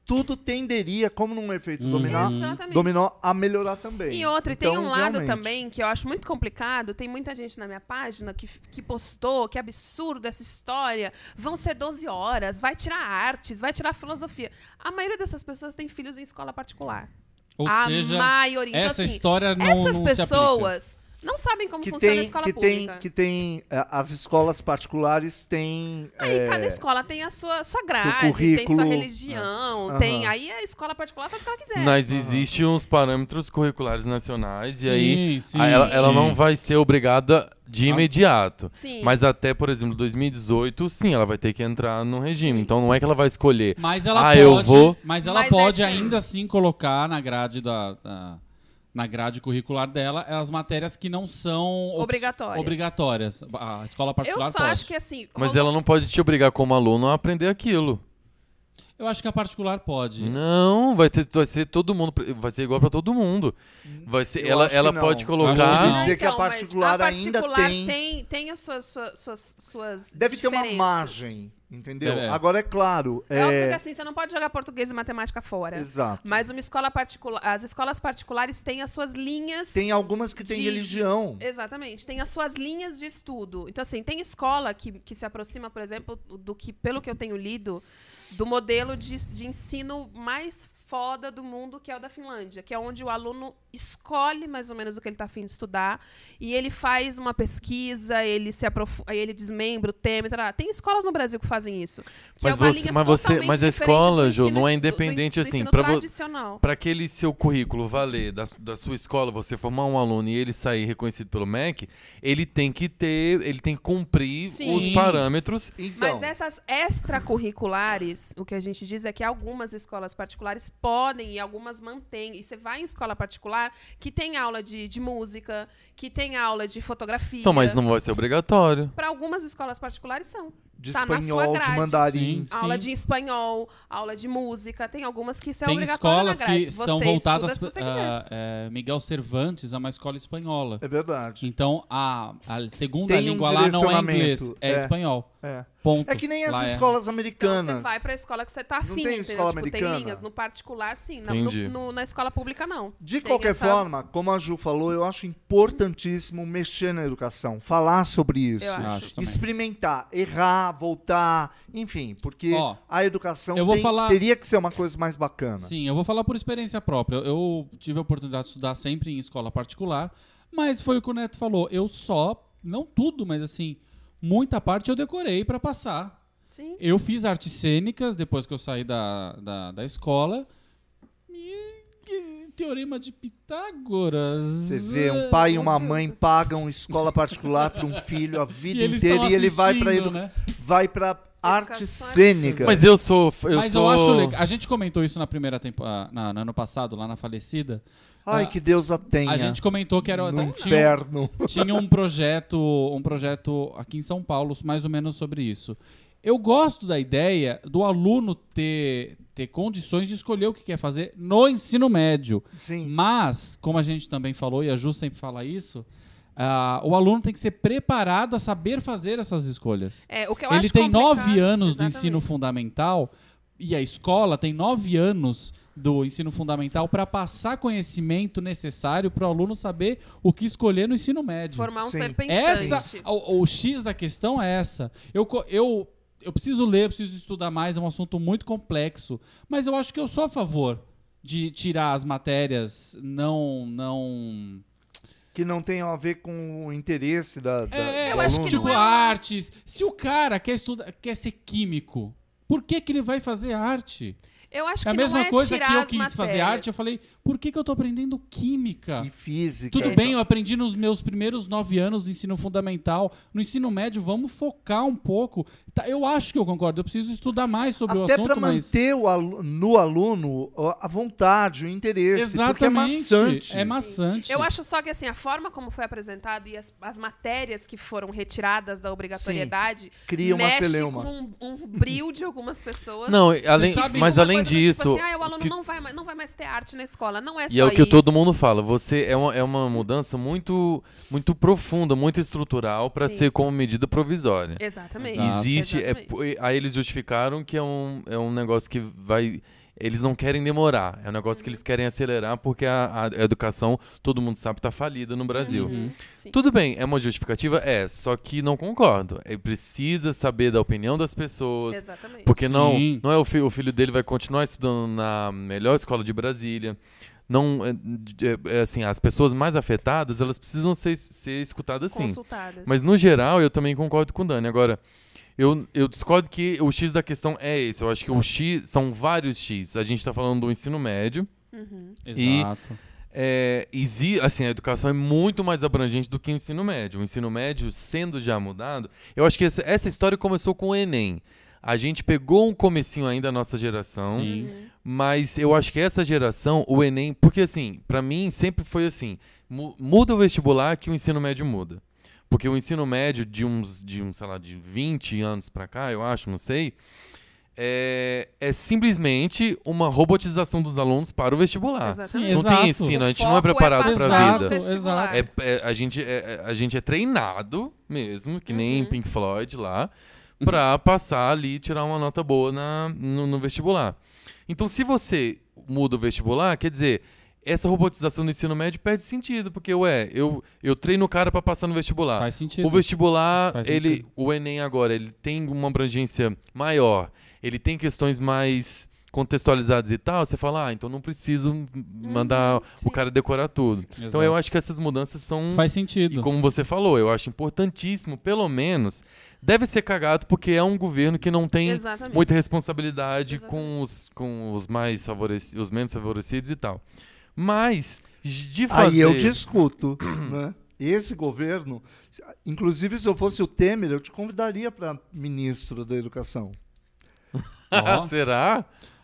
tudo tenderia, como num efeito Uhum. dominó, Exatamente. dominó, a melhorar também. E outra, e Então, tem um lado realmente. também que eu acho muito complicado. Tem muita gente na minha página que, que postou, que absurdo essa história. Vão ser doze horas, vai tirar artes, vai tirar filosofia. A maioria dessas pessoas tem filhos em escola particular. Ou a seja, maioria. Então, essa assim, história não, essas não se aplica. pessoas não sabem como que funciona a tem, escola que pública. tem, que tem eh, as escolas particulares têm Aí eh, cada escola tem a sua, sua grade, tem currículo. sua religião, É. tem. Aham. Aí a escola particular faz o que ela quiser. Mas existem uns parâmetros curriculares nacionais e aí Sim, sim, a- ela, ela sim. não vai ser obrigada de Ah. imediato. Sim. Mas até, por exemplo, dois mil e dezoito, sim, ela vai ter que entrar no regime. Sim. Então não é que ela vai escolher. Mas ela Ah, pode, eu vou- mas ela Mas é pode diferente. ainda assim colocar na grade da, da- na grade curricular dela as matérias que não são ops- Obrigatórias. obrigatórias. A escola Eu particular só pode. acho que assim. Mas rolou- ela não pode te obrigar como aluno a aprender aquilo. Eu acho que a particular pode. Não, vai, ter, vai ser todo mundo, vai ser igual pra todo mundo. Vai ser, Eu ela acho que ela não. pode Eu acho que colocar. não. dizer que a então, mas particular a ainda particular tem- tem, tem as suas, suas, suas, suas Deve ter uma diferenças. margem, entendeu? É. Agora é claro. É óbvio É... que assim, você não pode jogar português e matemática fora. Exato. Mas uma escola particular, as escolas particulares têm as suas linhas. Tem algumas que têm de- religião. Exatamente, tem as suas linhas de estudo. Então, assim, tem escola que, que se aproxima, por exemplo, do que, pelo que eu tenho lido, do modelo de, de ensino mais foda do mundo, que é o da Finlândia, que é onde o aluno escolhe mais ou menos o que ele está afim de estudar e ele faz uma pesquisa, ele se aprofu- aí ele desmembra o tema. Tará. Tem escolas no Brasil que fazem isso. Que Mas é uma você- linha mas você- totalmente mas a diferente escola, do Jô, ensino não é estu- do- independente do assim, ensino pra vo- tradicional. Para aquele seu currículo valer da, su- da sua escola, você formar um aluno e ele sair reconhecido pelo M E C, ele tem que ter, ele tem que cumprir Sim. os parâmetros. Então, Mas essas extracurriculares, o que a gente diz é que algumas escolas particulares podem e algumas mantêm. E você vai em escola particular que tem aula de, de música, que tem aula de fotografia. Então, mas não vai ser obrigatório. Para algumas escolas particulares são. de tá na sua espanhol, de grade. mandarim. Sim. Aula de espanhol, aula de música. Tem algumas que isso é Tem obrigatório na escolas grade. que Você são estuda voltadas. se você quiser. ah, é, Miguel Cervantes é uma escola espanhola. É verdade. Então, a, a segunda Tem um língua lá não é inglês, direcionamento, é, é. espanhol. É. Ponto. É que nem as Lá é. escolas Então americanas. você vai pra escola que você tá afim, tem entendeu? escola Tipo, tem americana? linhas. No particular, sim. Na, Entendi. no- no- na escola pública, não. De Tem qualquer essa- forma, como a Ju falou, eu acho importantíssimo mexer na educação, falar sobre isso, Eu acho. Acho também. experimentar, errar, voltar, enfim, porque Ó, a educação eu vou tem- falar- teria que ser uma coisa mais bacana. Sim, eu vou falar por experiência própria. Eu tive a oportunidade de estudar sempre em escola particular, mas foi o que o Neto falou. Eu só, não tudo, mas assim, muita parte eu decorei pra passar. Sim. Eu fiz artes cênicas depois que eu saí da, da, da escola. E, e teorema de Pitágoras. Você vê, um pai e uma Nossa, mãe pagam escola particular para um filho a vida E eles inteira estão e ele vai para assistindo, né? vai para artes Educação cênicas. Mas eu sou. Eu Mas sou... eu acho legal. A gente comentou isso na primeira temporada, na, no ano passado, lá na falecida. Ai, Ah, que Deus a tenha. A gente comentou que era no tinha, inferno. tinha um projeto, um projeto aqui em São Paulo, mais ou menos sobre isso. Eu gosto da ideia do aluno ter, ter condições de escolher o que quer fazer no ensino médio. Sim. Mas, como a gente também falou, e a Ju sempre fala isso, ah, o aluno tem que ser preparado a saber fazer essas escolhas. É, o que eu Ele acho tem complicado- nove anos do Exatamente. ensino fundamental e a escola tem nove anos do ensino fundamental para passar conhecimento necessário para o aluno saber o que escolher no ensino médio. Formar um Sim. ser pensante. Essa, o, o X da questão é essa. Eu, co- eu, eu preciso ler, eu preciso estudar mais, é um assunto muito complexo. Mas eu acho que eu sou a favor de tirar as matérias não... não Que não tenham a ver com o interesse da, da é, do eu acho aluno. que tipo, não é uma- artes. Se o cara quer estudar, quer ser químico, por que, que ele vai fazer arte? Eu acho É a que mesma não é coisa tirar que eu as quis fazer matérias. arte, eu falei, por que, que eu tô aprendendo química? E física. Tudo É. bem, eu aprendi nos meus primeiros nove anos do ensino fundamental. No ensino médio, vamos focar um pouco. Tá, eu acho que eu concordo, eu preciso estudar mais sobre Até o assunto, para mas... manter o alu- no aluno ó, a vontade, o interesse. Porque é Exatamente, maçante. é maçante. Eu acho só que assim, a forma como foi apresentado e as, as matérias que foram retiradas da obrigatoriedade Cria uma mexe celeuma. com um, um brilho de algumas pessoas. Não, além, sabe mas Uma além coisa do disso. Tipo assim, ah, o o aluno que- não, vai, mais- não vai mais ter arte na escola. Não é só E é o que isso. todo mundo fala. Você é uma, é uma mudança muito, muito profunda, muito estrutural para Sim. ser como medida provisória. Exatamente. Exato. Existe. É, Exatamente. aí eles justificaram que é um, é um negócio que vai eles não querem demorar. É um negócio que eles querem acelerar porque a, a educação, todo mundo sabe, tá falida no Brasil. Uhum. Sim. Tudo bem, é uma justificativa? É, só que não concordo. Ele precisa saber da opinião das pessoas. Exatamente. Porque não, Sim. não é o, fi- o filho dele vai continuar estudando na melhor escola de Brasília. Não, é, é, é, assim, as pessoas mais afetadas, elas precisam ser, ser escutadas sim. Consultadas. Mas no geral, eu também concordo com o Dani. Agora, eu, eu discordo que o X da questão é esse. Eu acho que o X, são vários X. A gente tá falando do ensino médio. Uhum. E- Exato. É, exi- assim, a educação é muito mais abrangente do que o ensino médio. O ensino médio, sendo já mudado, eu acho que essa, essa história começou com o Enem. A gente pegou um comecinho ainda da nossa geração, Sim. mas eu acho que essa geração, o Enem... Porque, assim, pra mim sempre foi assim, mu- muda o vestibular que o ensino médio muda. Porque o ensino médio de uns, de uns, sei lá, de vinte anos pra cá, eu acho, não sei... É, é simplesmente uma robotização dos alunos para o vestibular. Exatamente. Não Exato. tem ensino, a O gente não é foco preparado para passar a no vida. vestibular. Exato. É, é- a, gente é, a gente é treinado mesmo, que nem Uhum. Pink Floyd lá, pra passar ali e tirar uma nota boa na, no, no vestibular. Então, se você muda o vestibular, quer dizer, essa robotização do ensino médio perde sentido, porque, ué, eu, eu treino o cara pra passar no vestibular. Faz sentido. O vestibular, Faz ele, sentido. o Enem agora, ele tem uma abrangência maior, ele tem questões mais contextualizadas e tal, você fala, ah, então não preciso m- mandar sim. o cara decorar tudo. Então Exato. eu acho que essas mudanças são... Faz E sentido. como você falou, eu acho importantíssimo, pelo menos, deve ser cagado porque é um governo que não tem Exatamente. muita responsabilidade Exatamente. com os, com os mais favorecidos, os menos favorecidos e tal. Mas, de Aí fazer... eu discuto, né? Esse governo, se- inclusive se eu fosse o Temer, eu te convidaria para ministro da Educação. Ó. Será?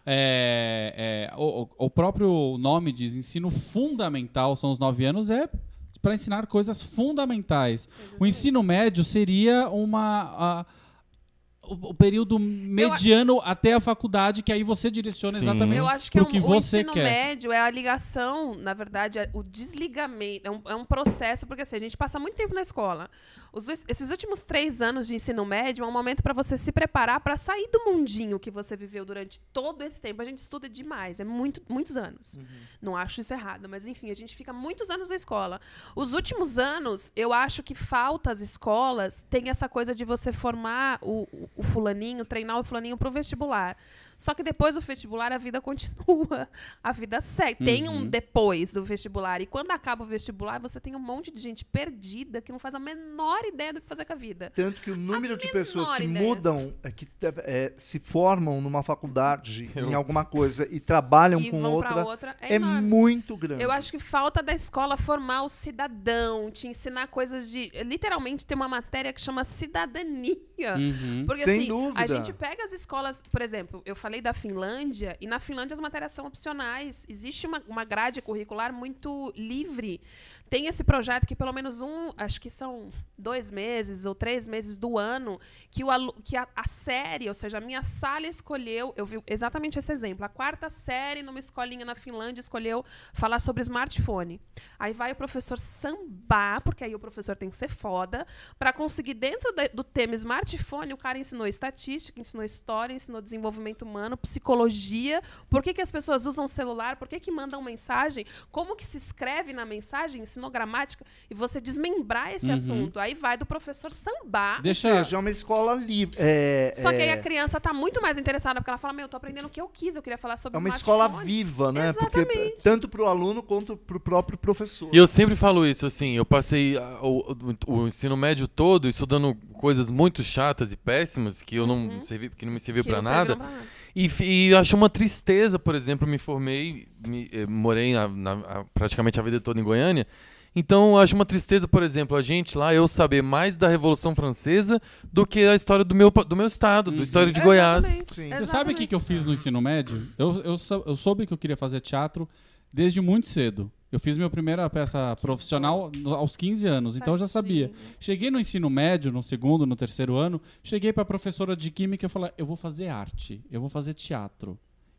É, é, o, o- o próprio nome diz ensino fundamental, são os nove anos, é para ensinar coisas fundamentais. O ensino médio seria uma... a- o, o período mediano até a faculdade, que aí você direciona Sim. exatamente Eu acho que, é pro um, que o você ensino quer. médio é a ligação, na verdade, é o desligamento. É um, é um processo, porque assim, a gente passa muito tempo na escola. Os, esses últimos três anos de ensino médio é um momento para você se preparar para sair do mundinho que você viveu durante todo esse tempo. A gente estuda demais, é muito, muitos anos. Não acho isso errado, mas enfim, a gente fica muitos anos na escola. Os últimos anos, eu acho que falta às escolas, tem essa coisa de você formar o, o- o fulaninho, treinar o fulaninho para o vestibular. Só que depois do vestibular, a vida continua. A vida segue. Tem um Uhum. depois do vestibular. E quando acaba o vestibular, você tem um monte de gente perdida que não faz a menor ideia do que fazer com a vida. Tanto que o número de pessoas que menor ideia. mudam, é, que é, se formam numa faculdade, em alguma coisa, e trabalham e com vão pra outra, outra. É, é enorme. muito grande. Eu acho que falta da escola formar o cidadão, te ensinar coisas de... Literalmente, tem uma matéria que chama cidadania. Uhum. Porque Sem assim, dúvida. a gente pega as escolas, por exemplo, eu falei da Finlândia, e na Finlândia as matérias são opcionais. Existe uma, uma grade curricular muito livre. Tem esse projeto que pelo menos um, acho que são dois meses ou três meses do ano, que, o alu- que a, a série, ou seja, a minha sala escolheu, eu vi exatamente esse exemplo, a quarta série numa escolinha na Finlândia escolheu falar sobre smartphone. Aí vai o professor sambar, porque aí o professor tem que ser foda, para conseguir dentro de- do tema smartphone, o cara ensinou estatística, ensinou história, ensinou desenvolvimento humano, psicologia, por que, que as pessoas usam celular, por que, que mandam mensagem, como que se escreve na mensagem, ensinou gramática, e você desmembrar esse Uhum. assunto. Aí vai do professor sambar. Ou Deixa... seja, é uma escola livre. É, Só que aí é, a criança tá muito mais interessada, porque ela fala, meu, eu tô aprendendo o que eu quis, eu queria falar sobre é uma smartphone. escola viva, né? Exatamente. Porque tanto para o aluno quanto para o próprio professor. E eu sempre falo isso, assim, eu passei ah, o, o- o ensino médio todo estudando coisas muito chatas e péssimas que eu não servi, que não me serviu Que pra não nada. serviram pra nada. E, fi- e acho uma tristeza, por exemplo, me formei, me- eh, morei na- na- a- praticamente a vida toda em Goiânia. Então, eu acho uma tristeza, por exemplo, a gente lá, eu saber mais da Revolução Francesa do que a história do meu, pa- do meu estado, Uhum. do história de Goiás. Exatamente. Sim. Você sabe o que, que eu fiz no ensino médio? Eu, eu, sou- eu soube que eu queria fazer teatro desde muito cedo. Eu fiz minha primeira peça profissional no- aos quinze anos, então eu já sabia. Tadinho. Cheguei no ensino médio, no segundo, no terceiro ano, cheguei pra professora de química e falei, eu vou fazer arte, eu vou fazer teatro.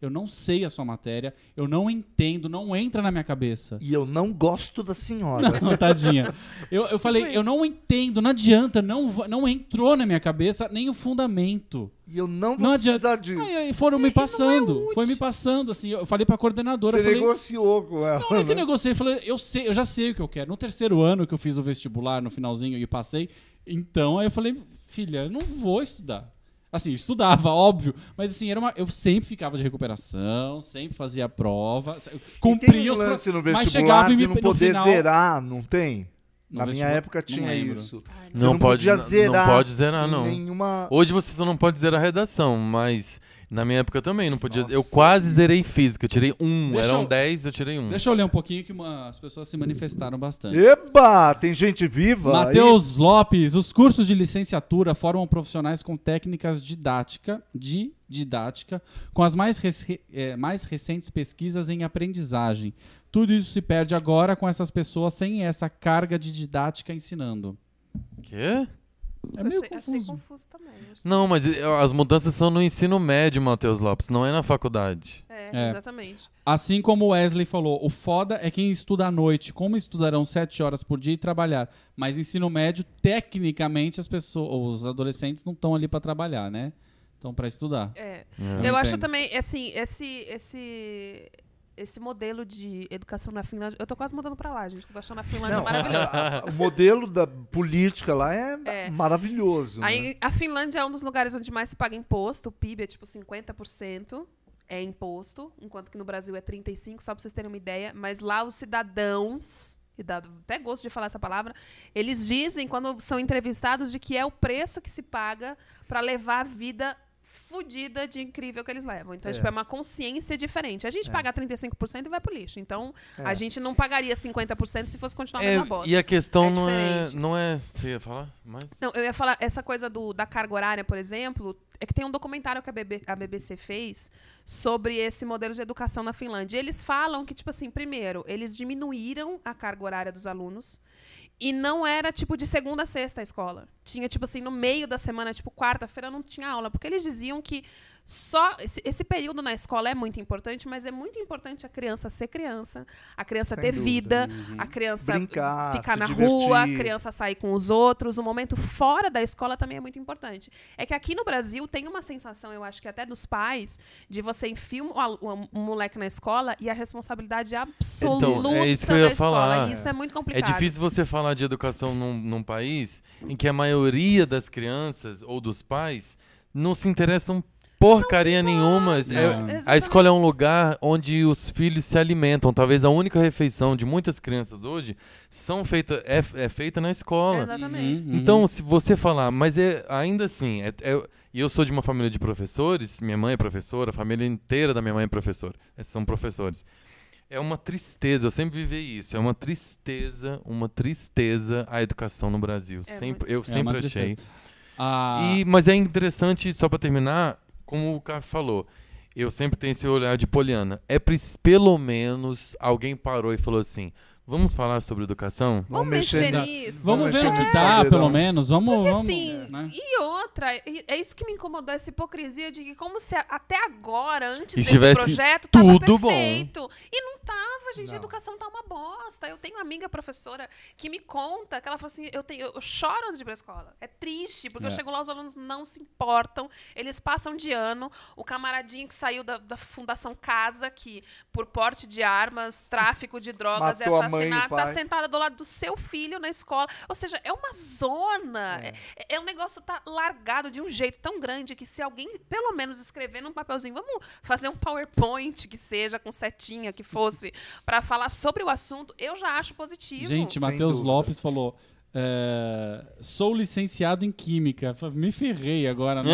eu não sei a sua matéria, eu não entendo, não entra na minha cabeça. E eu não gosto da senhora. Não, tadinha. Eu, eu falei, eu não entendo, não adianta, não, va- não entrou na minha cabeça nem o fundamento. E eu não vou Não precisar adianta. disso. Aí, aí foram E- me e não é passando, útil. foi me passando, assim, eu falei pra coordenadora, Você eu falei, negociou com ela. não, não é que eu né? negociei, eu falei, eu sei, eu já sei o que eu quero. No terceiro ano que eu fiz o vestibular, no finalzinho, e passei, então aí eu falei, filha, eu não vou estudar. Assim, eu estudava, óbvio, mas assim, era uma, eu sempre ficava de recuperação, sempre fazia a prova, E tem cumpria um os pro- lance no mas vestibular chegava e de me- não no poder final- zerar, não tem? No Na minha vestibular? época Não tinha lembro. isso. Ai, Você Não não pode, podia não zerar pode zerar, em não. nenhuma... Hoje você só não pode zerar a redação, mas na minha época também não podia. Nossa. Eu quase zerei física, eu tirei um. Deixa Eram eu- dez, eu tirei um. Deixa eu ler um pouquinho que uma- as pessoas se manifestaram bastante. Eba! Tem gente viva? aí? Matheus Lopes, os cursos de licenciatura formam profissionais com técnicas didática, de didática, com as mais, rec- eh, mais recentes pesquisas em aprendizagem. Tudo isso se perde agora com essas pessoas sem essa carga de didática ensinando. Quê? É Eu meio achei, achei confuso. confuso também. eu achei- Não, mas eh, as mudanças são no ensino médio, Matheus Lopes, não é na faculdade. É, É. exatamente. Assim como o Wesley falou, o foda é quem estuda à noite. Como estudarão sete horas por dia e trabalhar? Mas ensino médio, tecnicamente, as pessoas, os adolescentes não estão ali para trabalhar, né? Estão para estudar. É. É. Eu acho entendo. também, assim, esse, esse, esse modelo de educação na Finlândia. Eu tô quase mudando pra lá, gente, que eu tô achando a Finlândia Não, maravilhosa. a- a- o modelo da política lá é, É. maravilhoso. né? Aí, a Finlândia é um dos lugares onde mais se paga imposto. O P I B é tipo cinquenta por cento é imposto, enquanto que no Brasil é trinta e cinco por cento, só pra vocês terem uma ideia. Mas lá os cidadãos, e dá até gosto de falar essa palavra, eles dizem, quando são entrevistados, de que é o preço que se paga pra levar a vida fudida de incrível que eles levam. Então, É. tipo, é uma consciência diferente. A gente paga trinta e cinco por cento e vai pro lixo. Então, É. a gente não pagaria cinquenta por cento se fosse continuar a É, mesma bosta. e a questão É não, é, diferente. não é. Você ia falar? Mas. Não, eu ia falar, essa coisa do, da carga horária, por exemplo, é que tem um documentário que a, B B, a B B C fez sobre esse modelo de educação na Finlândia. E eles falam que, tipo assim, primeiro, eles diminuíram a carga horária dos alunos e não era, tipo, de segunda a sexta a escola. Tinha, tipo assim, no meio da semana, tipo, quarta-feira não tinha aula, porque eles diziam que só esse, esse período na escola é muito importante, mas é muito importante a criança ser criança, a criança Sem ter dúvida. vida, a criança Brincar, ficar se na divertir. rua, a criança sair com os outros. O momento fora da escola também é muito importante. É que aqui no Brasil tem uma sensação, eu acho que até dos pais, de você enfia um, alu- um moleque na escola e a responsabilidade absoluta Então, é isso que eu da ia escola. falar. E isso é muito É complicado. difícil você falar de educação num, num país em que a maioria das crianças ou dos pais não se interessam porcaria nenhuma. É- Não. a Exatamente. escola é um lugar onde os filhos se alimentam. Talvez a única refeição de muitas crianças hoje são feita, é, é feita na escola. Exatamente. Uhum, Então, uhum. se você falar, mas é ainda assim, é, é- e eu sou de uma família de professores, minha mãe é professora, a família inteira da minha mãe é professora, esses são professores. É uma tristeza, eu sempre vivi isso, é uma tristeza, uma tristeza a educação no Brasil. É sempre, muito. eu É sempre uma tristeza. achei. Ah, E, mas é interessante, só para terminar, como o cara falou, eu sempre tenho esse olhar de poliana. É pres- pelo menos alguém parou e falou assim: vamos falar sobre educação? Vamos Vamos mexer mexer na- nisso. vamos Vamos ver o mexer que no dá, Instagram. pelo menos. Vamos, Porque vamos. assim, né? e outra, e- é isso que me incomodou, essa hipocrisia de que como se a- até agora, antes Estivesse desse projeto, tava tudo bom. perfeito. E não tava, gente, a Não. educação tá uma bosta. Eu tenho uma amiga professora que me conta, que ela falou assim, eu, tenho, eu choro antes de ir pra escola. É triste, porque É. eu chego lá, os alunos não se importam, eles passam de ano, o camaradinho que saiu da, da Fundação Casa, que por porte de armas, tráfico de drogas Matou e a mãe e o assassinato, tá pai. sentada do lado do seu filho na escola. Ou seja, é uma zona. É, é um negócio tá largado de um jeito tão grande que se alguém, pelo menos, escrever num papelzinho, vamos fazer um PowerPoint que seja, com setinha, que fosse, para falar sobre o assunto, eu já acho positivo. Gente, Sem Matheus dúvida. Lopes falou: é, sou licenciado em Química. Falei, me ferrei agora. Né?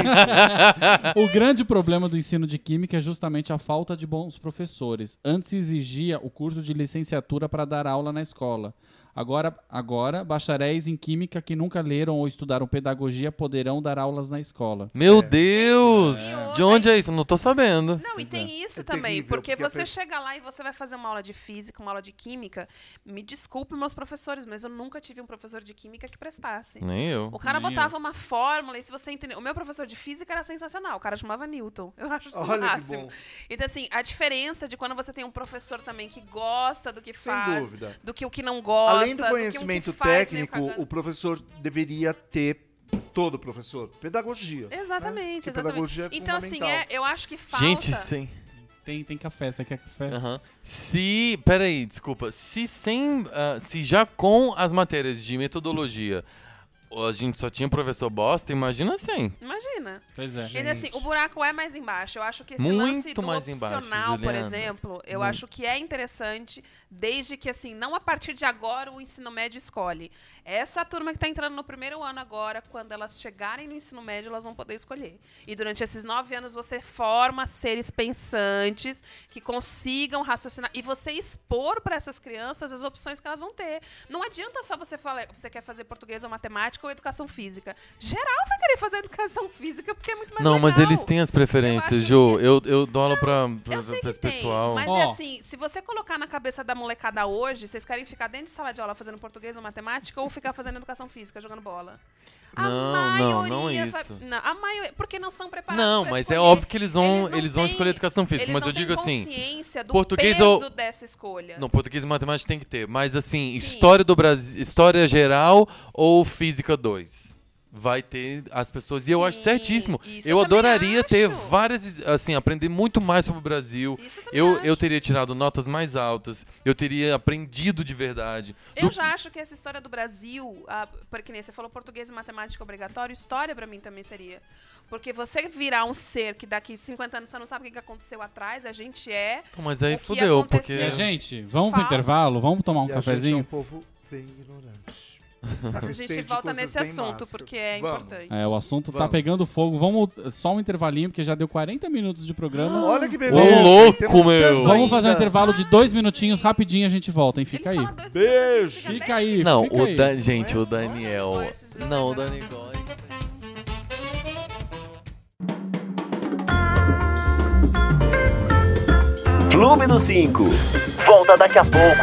O grande problema do ensino de Química é justamente a falta de bons professores. Antes se exigia o curso de licenciatura para dar aula na escola. Agora, agora, bacharéis em química que nunca leram ou estudaram pedagogia poderão dar aulas na escola. Meu Deus! É. De onde é isso? Não tô sabendo. Não, e tem isso É também, terrível, porque, porque a você pe- chega lá e você vai fazer uma aula de física, uma aula de química. Me desculpe, meus professores, mas eu nunca tive um professor de química que prestasse. Nem eu. O cara Nem botava uma fórmula e se você entender... O meu professor de física era sensacional. O cara chamava Newton. Eu acho isso o Olha que máximo. bom. Então, assim, a diferença de quando você tem um professor também que gosta do que Sem faz, dúvida. do que o que não gosta, Além do que um que conhecimento faz meio técnico, cagando. o professor deveria ter, todo professor, pedagogia. Exatamente, Porque exatamente. pedagogia é Então, assim, fundamental. é, eu acho que falta... Gente, sem... Tem, tem café, você quer café? Aham. Se... Peraí, desculpa. Se sem... ah, se já com as matérias de metodologia a gente só tinha professor bosta, imagina sem. Imagina. Pois é. E assim, o buraco é mais embaixo. Eu acho que esse Muito lance do mais embaixo, opcional, por Juliana. exemplo, eu Muito. acho que é interessante, desde que, assim, não a partir de agora o ensino médio escolhe. Essa turma que está entrando no primeiro ano agora, quando elas chegarem no ensino médio, elas vão poder escolher. E durante esses nove anos você forma seres pensantes que consigam raciocinar. E você expor para essas crianças as opções que elas vão ter. Não adianta só você falar você quer fazer português ou matemática ou educação física. Geral vai querer fazer educação física porque é muito mais Não, legal. mas eles têm as Eu preferências, acho Jo. que- Eu, eu dou aula pra, pra, Eu sei pra que esse tem, pessoal. mas Ó. é assim, se você colocar na cabeça da molecada hoje, vocês querem ficar dentro de sala de aula fazendo português ou matemática ou ficar fazendo educação física, jogando bola? A Não, maioria não, não é vai- isso. Não, a maioria, porque não são preparados Não, pra mas é escolher. óbvio que eles vão, Eles eles, não vão têm- escolher educação física. Eles Mas não eu digo têm assim, consciência do português peso ou- dessa escolha. não, português e matemática tem que ter. Mas assim, história do Brasil, história geral ou física dois? Vai ter as pessoas. E eu acho Sim, certíssimo. isso Eu eu também adoraria ter acho. várias, assim, aprender muito mais sobre o Brasil. Isso eu também Eu, acho. eu teria tirado notas mais altas. Eu teria aprendido de verdade. Eu Do- já acho que essa história do Brasil, ah, porque nem você falou português e matemática obrigatório, história pra mim também seria. Porque você virar um ser que daqui cinquenta anos você não sabe o que que aconteceu atrás, a gente é. Pô, mas aí o que fudeu, porque... aconteceu? É, gente, vamos pro Fala. intervalo? Vamos tomar um E a gente é um cafezinho? povo bem ignorante. A gente volta nesse assunto, porque é Vamos. importante. É, o assunto tá Vamos. pegando fogo. Vamos só um intervalinho, porque já deu quarenta minutos de programa. Olha que Ô, beleza. louco, temos meu. tanto Vamos fazer um ainda. intervalo de dois minutinhos, rapidinho a gente volta, hein? Ele Fica aí. fala dois minutos, a gente Beijo. Fica dez aí. Não, fica o aí. Dan... gente, o Daniel... Gosta de Não, o exagerar. Dani gosta. Clube do cinco. Volta daqui a pouco.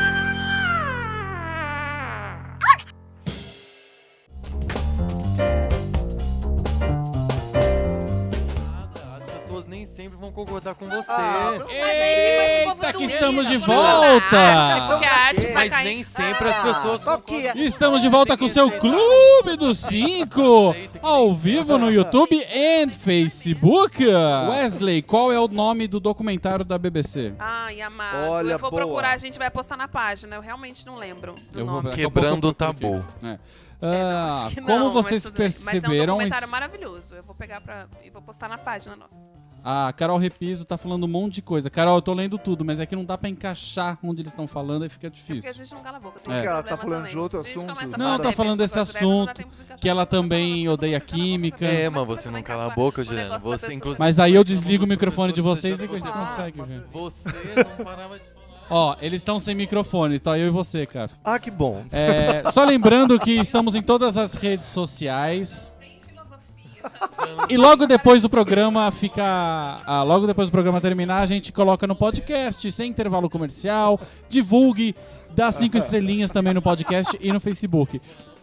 As pessoas nem sempre vão concordar com você. Ah, Mas aí fica esse povo Eita, que doído, estamos de falando da volta! arte, porque a arte vai Mas cair. nem sempre as pessoas qual concordam. que é? Estamos de volta com o seu Clube dos Cinco, ao vivo no YouTube e Facebook. Wesley, qual é o nome do documentário da B B C? Ai, amado. Olha, eu vou boa. procurar, a gente vai postar na página. Eu realmente não lembro do Eu vou- nome. daqui a pouco Quebrando eu o procuro tabu. aqui. É. É, não, Ah, acho que como não, vocês mas tudo bem. Mas é um perceberam, documentário es- maravilhoso. Eu vou pegar pra, e vou postar na página nossa. a Carol Repiso tá falando um monte de coisa. Carol, eu tô lendo tudo, mas é que não dá pra encaixar onde eles estão falando, aí fica Porque a difícil. gente não cala a boca. Tem É. esse Ela tá problema falando também. de outro Se a gente assunto. começa a Não, falar tá de falando repente desse sobre greve, não dá assunto, tempo de encaixar que ela o que você tá também falando, todo odeia mundo se cala a boca, química. você É, vai mas começar você a não cala a encaixar boca, o Juliana. negócio Você, da pessoa. inclusive- Mas aí eu Como desligo o os microfone de professores vocês e a gente deixaram você- consegue ver. Você não parava de... Ó, eles estão sem microfone, tá eu e você, cara. Ah, que bom. É, só lembrando que estamos em todas as redes sociais. Tem filosofia, sabe? E logo depois do programa fica. Ah, logo depois do programa terminar, a gente coloca no podcast, sem intervalo comercial. Divulgue, dá cinco estrelinhas também no podcast e no Facebook.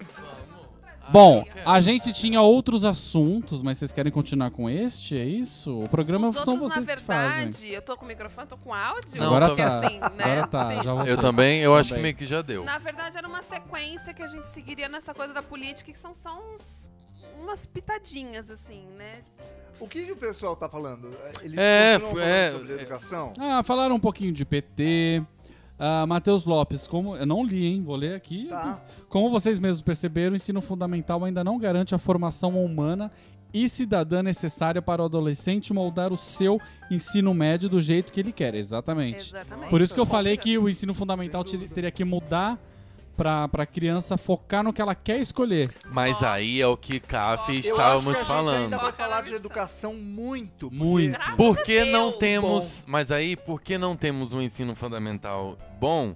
Bom, a gente tinha outros assuntos, mas vocês querem continuar com este? É isso? O programa Os são outros, vocês na que fazem. verdade, eu tô com o microfone, tô com áudio. Não, Agora porque tá. assim, né? Agora tá, tem já isso. voltou. Eu também, eu acho que Também. meio que já deu. Na verdade, era uma sequência que a gente seguiria nessa coisa da política, que são só uns, umas pitadinhas, assim, né? O que, que o pessoal tá falando? Eles É, continuam é, falando sobre é. educação? Ah, falaram um pouquinho de P T. Ah, Matheus Lopes, como eu não li, hein? Vou ler aqui. Tá. Como vocês mesmos perceberam, o ensino fundamental ainda não garante a formação humana e cidadã necessária para o adolescente moldar o seu ensino médio do jeito que ele quer. Exatamente. Exatamente. Por isso que eu falei que o ensino fundamental ter- teria que mudar para a criança focar no que ela quer escolher. Mas aí é o que CAF Eu estávamos acho que a gente falando. ainda vai Foca na falar de missão. educação muito. Muito. porque- Graças Por a que não Deus. temos... Mas aí, por que não temos um ensino fundamental bom?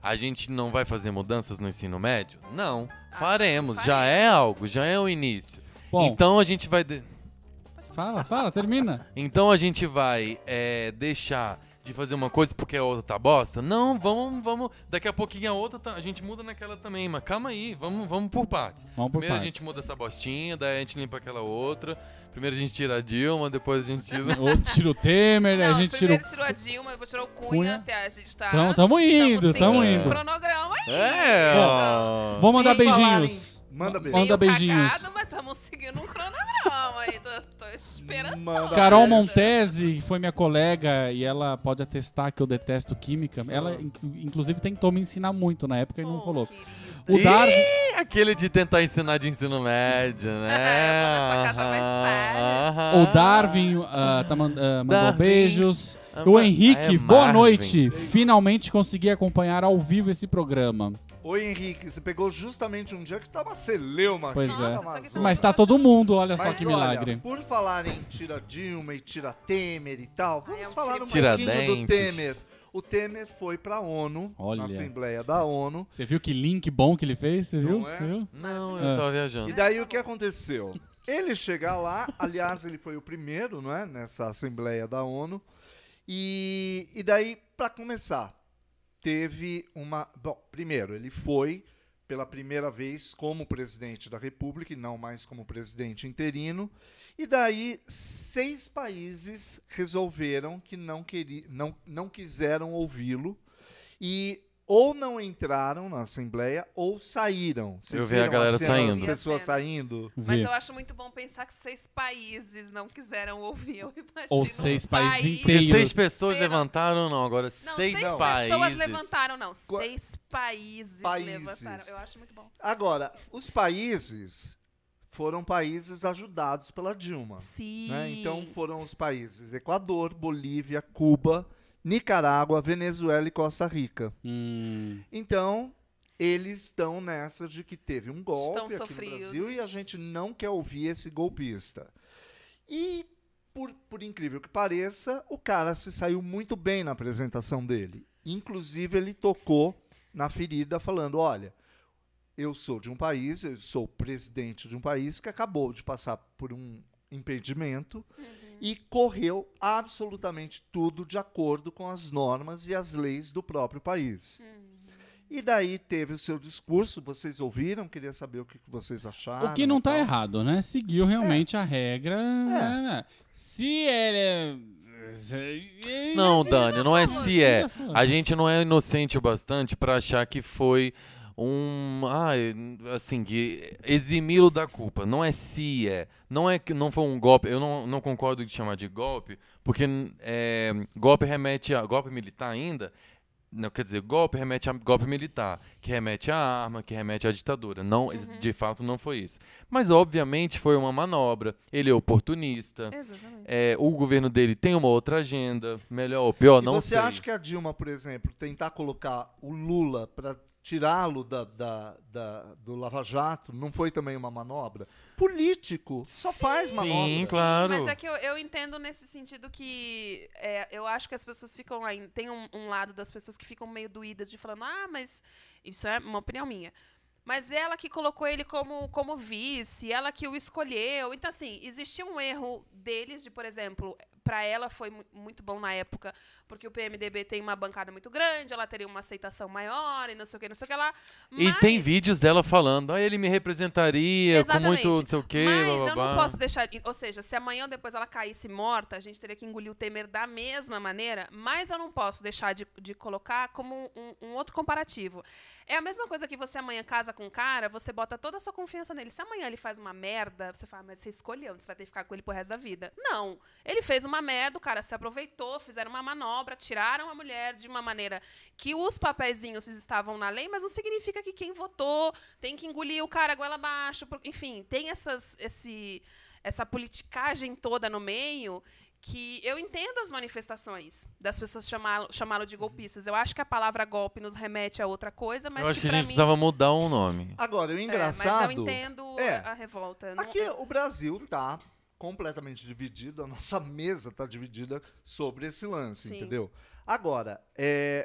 A gente não vai fazer mudanças no ensino médio? Não. Acho Faremos. que Já é faremos. algo, já é o início. Bom. Então a gente vai... de- Fala, fala, termina. Então a gente vai é, deixar de fazer uma coisa porque a outra tá bosta? Não, vamos, vamos. Daqui a pouquinho a outra tá- a gente muda naquela também, mas calma aí, vamos, vamos por partes. Vamos por Primeiro a partes. gente muda essa bostinha, daí a gente limpa aquela outra. Primeiro a gente tira a Dilma, depois a gente tira. Ou tira o Temer, Não, a gente tira primeiro o... tirou a Dilma, depois tirou o Cunha, Cunha. até a gente tá... Tamo, tamo indo, tamo tamo seguindo indo. o cronograma aí. É, ó. Vamos mandar Em falar beijinhos. em- Manda beijo. Manda Meio beijinhos. cagado, mas estamos seguindo um cronograma aí. Tô, tô esperançosa. Manda Carol beijo. Montese, que foi minha colega, e ela pode atestar que eu detesto química. Ela, inclu- inclusive, tentou me ensinar muito na época e não Oh, rolou. querido. O Darwin... Ih, aquele de tentar ensinar de ensino médio, né? Vou nessa casa mais tarde. Aham. O Darwin ah, tá man- ah, mandou Darwin. beijos. Ah, O ma- Henrique, ah, é boa Marvin. noite. Finalmente consegui acompanhar ao vivo esse programa. Oi, Henrique, você pegou justamente um dia que tava celeuma. Pois aqui é. na Nossa, só que Amazônia. Mas tá todo mundo, olha só Mas que olha, milagre. por falar em tira Dilma e tira Temer e tal, vamos é um falar um tira- pouquinho do Tiradentes. Temer. O Temer foi pra ONU, Olha. na Assembleia da ONU. Você viu que link bom que ele fez? Você viu? Não é? Viu? Não, eu Ah. tava E viajando. daí o que aconteceu? Ele chega lá, aliás, ele foi o primeiro, não é, nessa Assembleia da ONU. E, e daí, para começar, teve uma... Bom, primeiro, ele foi pela primeira vez como presidente da República e não mais como presidente interino. E daí, seis países resolveram que não, queri, não, não quiseram ouvi-lo e ou não entraram na Assembleia ou saíram. Vocês Eu vi a viram galera cena das saindo. pessoas saindo. Mas Vi. eu acho muito bom pensar que seis países não quiseram ouvir. Eu imagino Ou um seis países país- Porque inteiros. seis pessoas Inteiro. levantaram, não. Agora Não, seis, seis países. pessoas levantaram, não. Seis países, Países. levantaram. Eu acho muito bom. Agora, os países foram países ajudados pela Dilma. Sim. Né? Então foram os países Equador, Bolívia, Cuba, Nicarágua, Venezuela e Costa Rica. Hum, Então, eles estão nessa de que teve um golpe Estão aqui sofridos. no Brasil e a gente não quer ouvir esse golpista. E, por, por incrível que pareça, o cara se saiu muito bem na apresentação dele. Inclusive, ele tocou na ferida falando, olha, eu sou de um país, eu sou presidente de um país que acabou de passar por um impedimento e correu absolutamente tudo de acordo com as normas e as leis do próprio país. E daí teve o seu discurso, vocês ouviram? Queria saber o que que vocês acharam. o que não e tá tal. errado, né? Seguiu realmente a regra. né? Se ele é. Não, A gente Dani, já não é falou, se gente é. já falou. A gente não é inocente o bastante pra achar que foi um, ai, assim, que eximi-lo da culpa. Não é se é. Não é que não foi um golpe. Eu não, não concordo de chamar de golpe, porque é, golpe remete a golpe militar ainda. Não, quer dizer, golpe remete a golpe militar, que remete à arma, que remete à ditadura. Não, de fato, não foi isso. Mas, obviamente, foi uma manobra. Ele é oportunista. Exatamente. É, o governo dele tem uma outra agenda, melhor ou pior, E não você sei. acha que a Dilma, por exemplo, tentar colocar o Lula para tirá-lo da, da, da- do Lava Jato não foi também uma manobra? Político só faz manobra. Sim, claro. Mas é que eu, eu entendo nesse sentido que é, eu acho que as pessoas ficam aí. Tem um, um lado das pessoas que ficam meio doídas de falando, ah, mas isso é uma opinião minha. Mas ela que colocou ele como, como vice, ela que o escolheu. Então, assim, existia um erro deles de, por exemplo, para ela foi mu- muito bom na época, porque o P M D B tem uma bancada muito grande, ela teria uma aceitação maior e não sei o que, não sei o que lá. E Mas- tem vídeos dela falando, ah, ele me representaria Exatamente. com muito não sei o quê, Mas blá, blá, eu não blá. posso deixar... Ou seja, se amanhã ou depois ela caísse morta, a gente teria que engolir o Temer da mesma maneira, mas eu não posso deixar de, de colocar como um, um outro comparativo. É a mesma coisa que você amanhã casa com um cara, você bota toda a sua confiança nele. Se amanhã ele faz uma merda, você fala, mas você escolheu, você vai ter que ficar com ele pro resto da vida. Não. Ele fez uma merda, o cara se aproveitou, fizeram uma manobra, tiraram a mulher de uma maneira que os papeizinhos estavam na lei, mas não significa que quem votou tem que engolir o cara goela abaixo. por- Enfim, tem essas, esse, essa politicagem toda no meio que eu entendo as manifestações das pessoas chamá-lo chamá-lo de golpistas. Eu acho que a palavra golpe nos remete a outra coisa, mas Eu acho que a pra gente mim, precisava mudar o nome. Agora, o é, engraçado... mas eu entendo é, a, a revolta. Não- Aqui o Brasil está completamente dividido, a nossa mesa está dividida sobre esse lance, Sim. entendeu? Agora, é,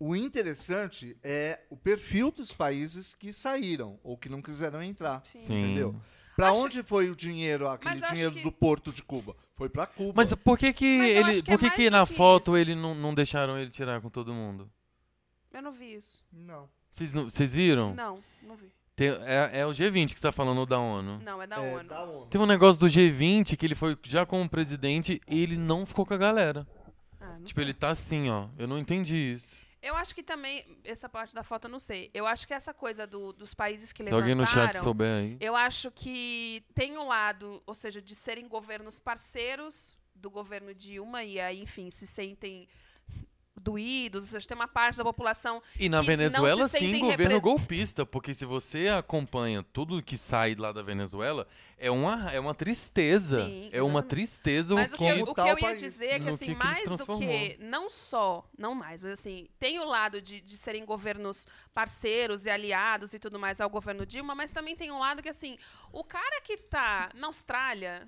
o interessante é o perfil dos países que saíram ou que não quiseram entrar. Sim. Sim. Entendeu? Pra Acho- onde foi o dinheiro, aquele Mas eu acho dinheiro que- do Porto de Cuba? Foi pra Cuba. Mas por que que Mas eu ele, acho que por é que mais que do na que foto isso. ele não, não deixaram ele tirar com todo mundo? Eu não vi isso. Não. Vocês não- vocês viram? Não, não vi. Tem- é, é o G vinte que você tá falando da ONU. Não, é da É, ONU. da ONU. Teve um negócio do G vinte que ele foi já como presidente e ele não ficou com a galera. Ah, não Tipo, sei. ele tá assim, ó. Eu não entendi isso. Eu acho que também, essa parte da foto eu não sei. Eu acho que essa coisa do- dos países que Se alguém no chat levantaram, souber aí. eu acho que tem um lado, ou seja, de serem governos parceiros do governo Dilma e aí, enfim, se sentem doídos, ou seja, tem uma parte da população E na que Venezuela, não se sim, sentem governo repres- golpista, porque se você acompanha tudo que sai lá da Venezuela, é uma, é uma tristeza. Sim, é uma exatamente. tristeza Mas o que, como eu, o que tal eu ia país, dizer é que, no assim, que que ele se mais do transformou. que. Não só, não mais, mas assim, tem o lado de, de serem governos parceiros e aliados e tudo mais ao governo Dilma, mas também tem um lado que, assim, o cara que tá na Austrália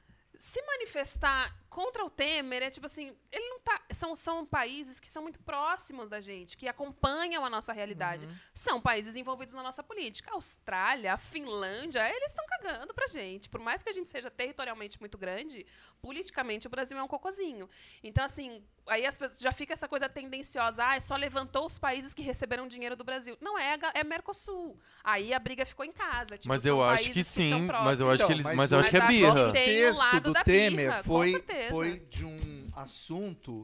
se manifestar contra o Temer é tipo assim, ele não tá. São, são países que são muito próximos da gente, que acompanham a nossa realidade. São países envolvidos na nossa política. A Austrália, a Finlândia, eles estão cagando pra gente. Por mais que a gente seja territorialmente muito grande, politicamente o Brasil é um cocôzinho. Então, assim, aí as pessoas, já fica essa coisa tendenciosa, ah, só levantou os países que receberam dinheiro do Brasil. Não, é, a ga- é Mercosul. Aí a briga ficou em casa. Tipo, Mas são eu acho que países são sim, mas eu próximos. acho que Então, eles, mas mas eu o- acho que é Mas acho birra. que tem texto o lado do da Temer birra, com foi, certeza. foi de um assunto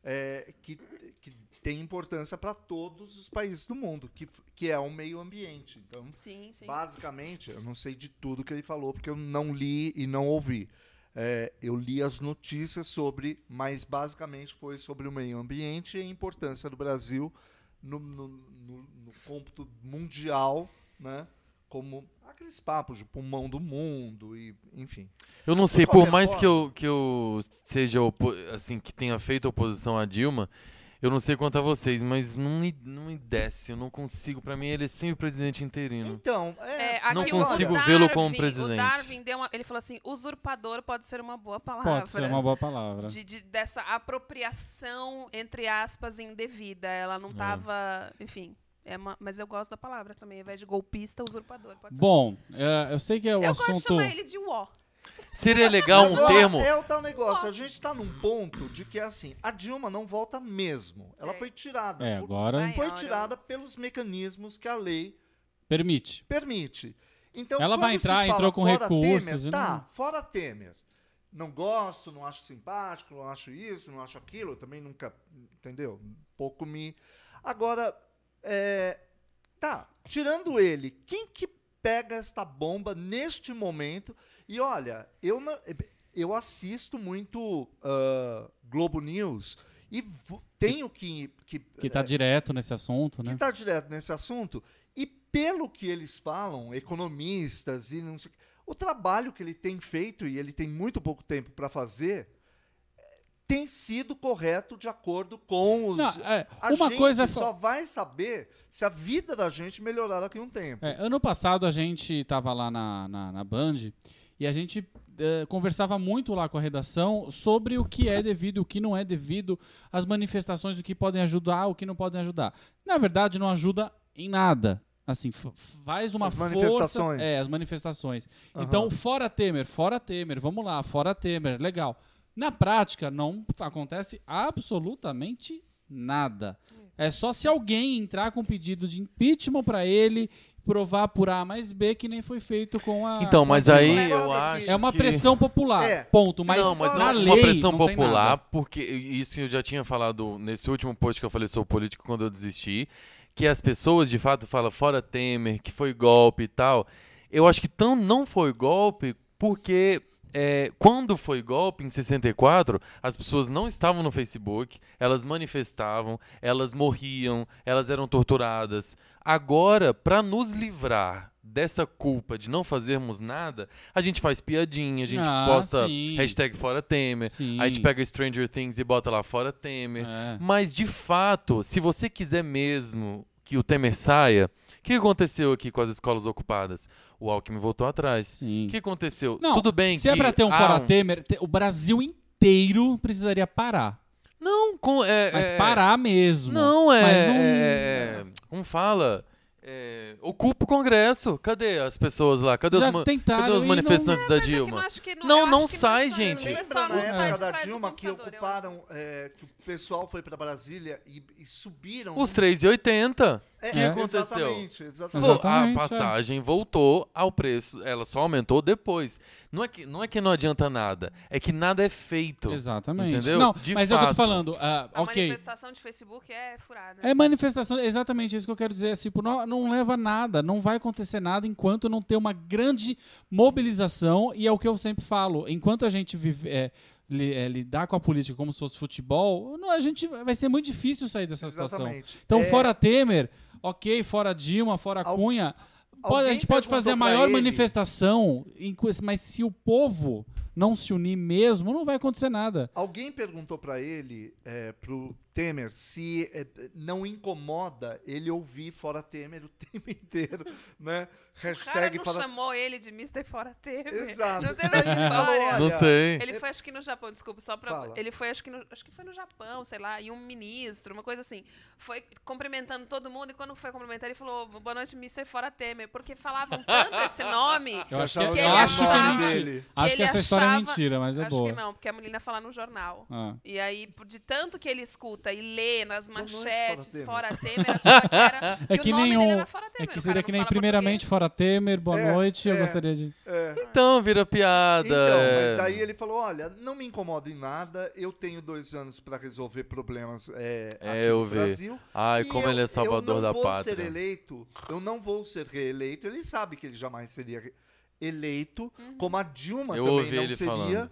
é, que, que tem importância para todos os países do mundo, que, que é o meio ambiente. Então, Sim, sim. basicamente, eu não sei de tudo que ele falou, porque eu não li e não ouvi. É, eu li as notícias sobre, mas basicamente foi sobre o meio ambiente e a importância do Brasil no, no, no, no cômputo mundial, né? Como aqueles papos de pulmão do mundo, e, enfim. Eu não sei, De qualquer por mais forma- que eu, que eu seja, opo- assim, que tenha feito oposição a Dilma, eu não sei quanto a vocês, mas não me, não me desce, eu não consigo. Pra mim, ele é sempre presidente interino. Então, é, É, aqui Não o- consigo o Darwin, vê-lo como presidente. O Darwin deu uma, ele falou assim, usurpador pode ser uma boa palavra. Pode ser uma boa palavra. De, de- dessa apropriação, entre aspas, indevida. Ela É. não tava, enfim. É uma, mas eu gosto da palavra também, ao invés de golpista, usurpador. Pode Bom, é, eu sei que é o ser. Eu gosto de assunto. chamar ele de uó. Seria legal um Agora, termo. É o tal negócio. A gente está num ponto de que, assim, a Dilma não volta mesmo. Ela É. foi tirada. É, por- agora- Foi Senhora. tirada pelos mecanismos que a lei Permite. permite. Então, Ela vai quando se entrar, fala entrou com fora recursos Temer, e tá, não- fora Temer. Não gosto, não acho simpático, não acho isso, não acho aquilo. Eu também nunca, entendeu? Um pouco me... Agora, é, tá, tirando ele, quem que pega esta bomba neste momento? E olha, eu, não, eu assisto muito ah, Globo News e vo- tenho que... Que, Que tá é, direto nesse assunto, que né? está direto nesse assunto, e pelo que eles falam, economistas e não sei o quê, o trabalho que ele tem feito, e ele tem muito pouco tempo para fazer, eh, tem sido correto de acordo com os... Não, é, a uma gente coisa é só vai saber se a vida da gente melhorar daqui a um tempo. É, ano passado a gente tava lá na, na, na Band e a gente eh, conversava muito lá com a redação sobre o que é devido, o que não é devido, as manifestações, o que podem ajudar, o que não podem ajudar. Na verdade, não ajuda em nada. Assim, f- faz uma As força... manifestações. É, as manifestações. Aham. Então, fora Temer, fora Temer, vamos lá, fora Temer, legal. Na prática, não acontece absolutamente nada. É só se alguém entrar com pedido de impeachment pra ele, provar por A mais B, que nem foi feito com a... Então, com a mas Dilma. aí Mas eu olha acho que- É uma que- pressão popular, É. ponto. Mas, não, mas na uma, lei uma pressão não tem popular, nada. porque isso eu já tinha falado nesse último post que eu falei sobre política quando eu desisti, que as pessoas de fato falam fora Temer, que foi golpe e tal. Eu acho que tão não foi golpe porque é, quando foi golpe em sessenta e quatro, as pessoas não estavam no Facebook, elas manifestavam, elas morriam, elas eram torturadas. Agora, para nos livrar dessa culpa de não fazermos nada, a gente faz piadinha, a gente Ah, posta sim. hashtag fora Temer, Sim. a gente pega Stranger Things e bota lá fora Temer. É. Mas, de fato, se você quiser mesmo que o Temer saia, o que aconteceu aqui com as escolas ocupadas? O Alckmin voltou atrás. Sim. O que aconteceu? Não, Tudo bem se que... é pra ter um ah, fora Temer, te- o Brasil inteiro precisaria parar. Não, com, é, Mas é, parar mesmo. Não, é, Mas não- é, é- como fala? É, ocupa o Congresso. Cadê as pessoas lá? Cadê Já os, ma- tentaram cadê os e não- manifestantes da Mas é que Dilma? não acho que Não, eu não acho que sai, só- gente. o Lembra pessoal na não sai época de da trás do Dilma que computador, eu ocuparam, é, que o pessoal foi pra Brasília e, e subiram... Os três e oitenta. É, O que É. aconteceu? Exatamente, exatamente. Vo- Exatamente, a é. passagem voltou ao preço, ela só aumentou depois. Não é, que, não é que não adianta nada, é que nada é feito. Exatamente. Entendeu? Não, De mas é o que eu tô fato. falando. ah, A ok. manifestação de Facebook é furada. É manifestação, exatamente isso que eu quero dizer. Assim, tipo, não, não leva a nada, não vai acontecer nada enquanto não ter uma grande mobilização. E é o que eu sempre falo: enquanto a gente vive, é, li- é, lidar com a política como se fosse futebol, não, a gente vai ser muito difícil sair dessa situação. Exatamente. Então, É, fora Temer, ok, fora Dilma, fora Al- Cunha, pode- a alguém gente pode fazer a perguntou pra maior ele- manifestação, em co- mas se o povo não se unir mesmo, não vai acontecer nada. Alguém perguntou pra ele, é, pro Temer, se é, não incomoda ele ouvir Fora Temer o tempo inteiro, né? O cara Hashtag não fora... chamou ele de mister Fora Temer. Exato. Não teve essa Ele falou, história. Não olha, sei. Ele foi, acho que no Japão, desculpa, só pra. Fala. Ele foi, acho que, no, acho que foi no Japão, sei lá, e um ministro, uma coisa assim. Foi cumprimentando todo mundo, e quando foi cumprimentar, ele falou: boa noite, mister Fora Temer. Porque falavam tanto esse nome Eu acho que, achava que eu ele acho que é achava- mentira. que Acho ele que essa história é achava- mentira, mas é acho boa. que não, porque a menina fala no jornal. Ah. E aí, por- de tanto que ele escuta e lê nas Boa noite, manchetes, Fora Fora Temer, achava que era. É que que o nome nem dele um- era Fora Temer. É que o seria cara que não nem fala primeiramente português. Fora Temer, boa É, noite, eu é. gostaria de... É. Então, vira piada. Então, é. mas daí ele falou, olha, não me incomoda em nada, eu tenho dois anos pra resolver problemas é, É, aqui eu no vi. Brasil. Ai, E como eu- ele é salvador eu da não vou pátria. ser eleito, eu não vou ser reeleito. Ele sabe que ele jamais seria re- eleito, como a Dilma Eu também ouvi não ele seria. falando.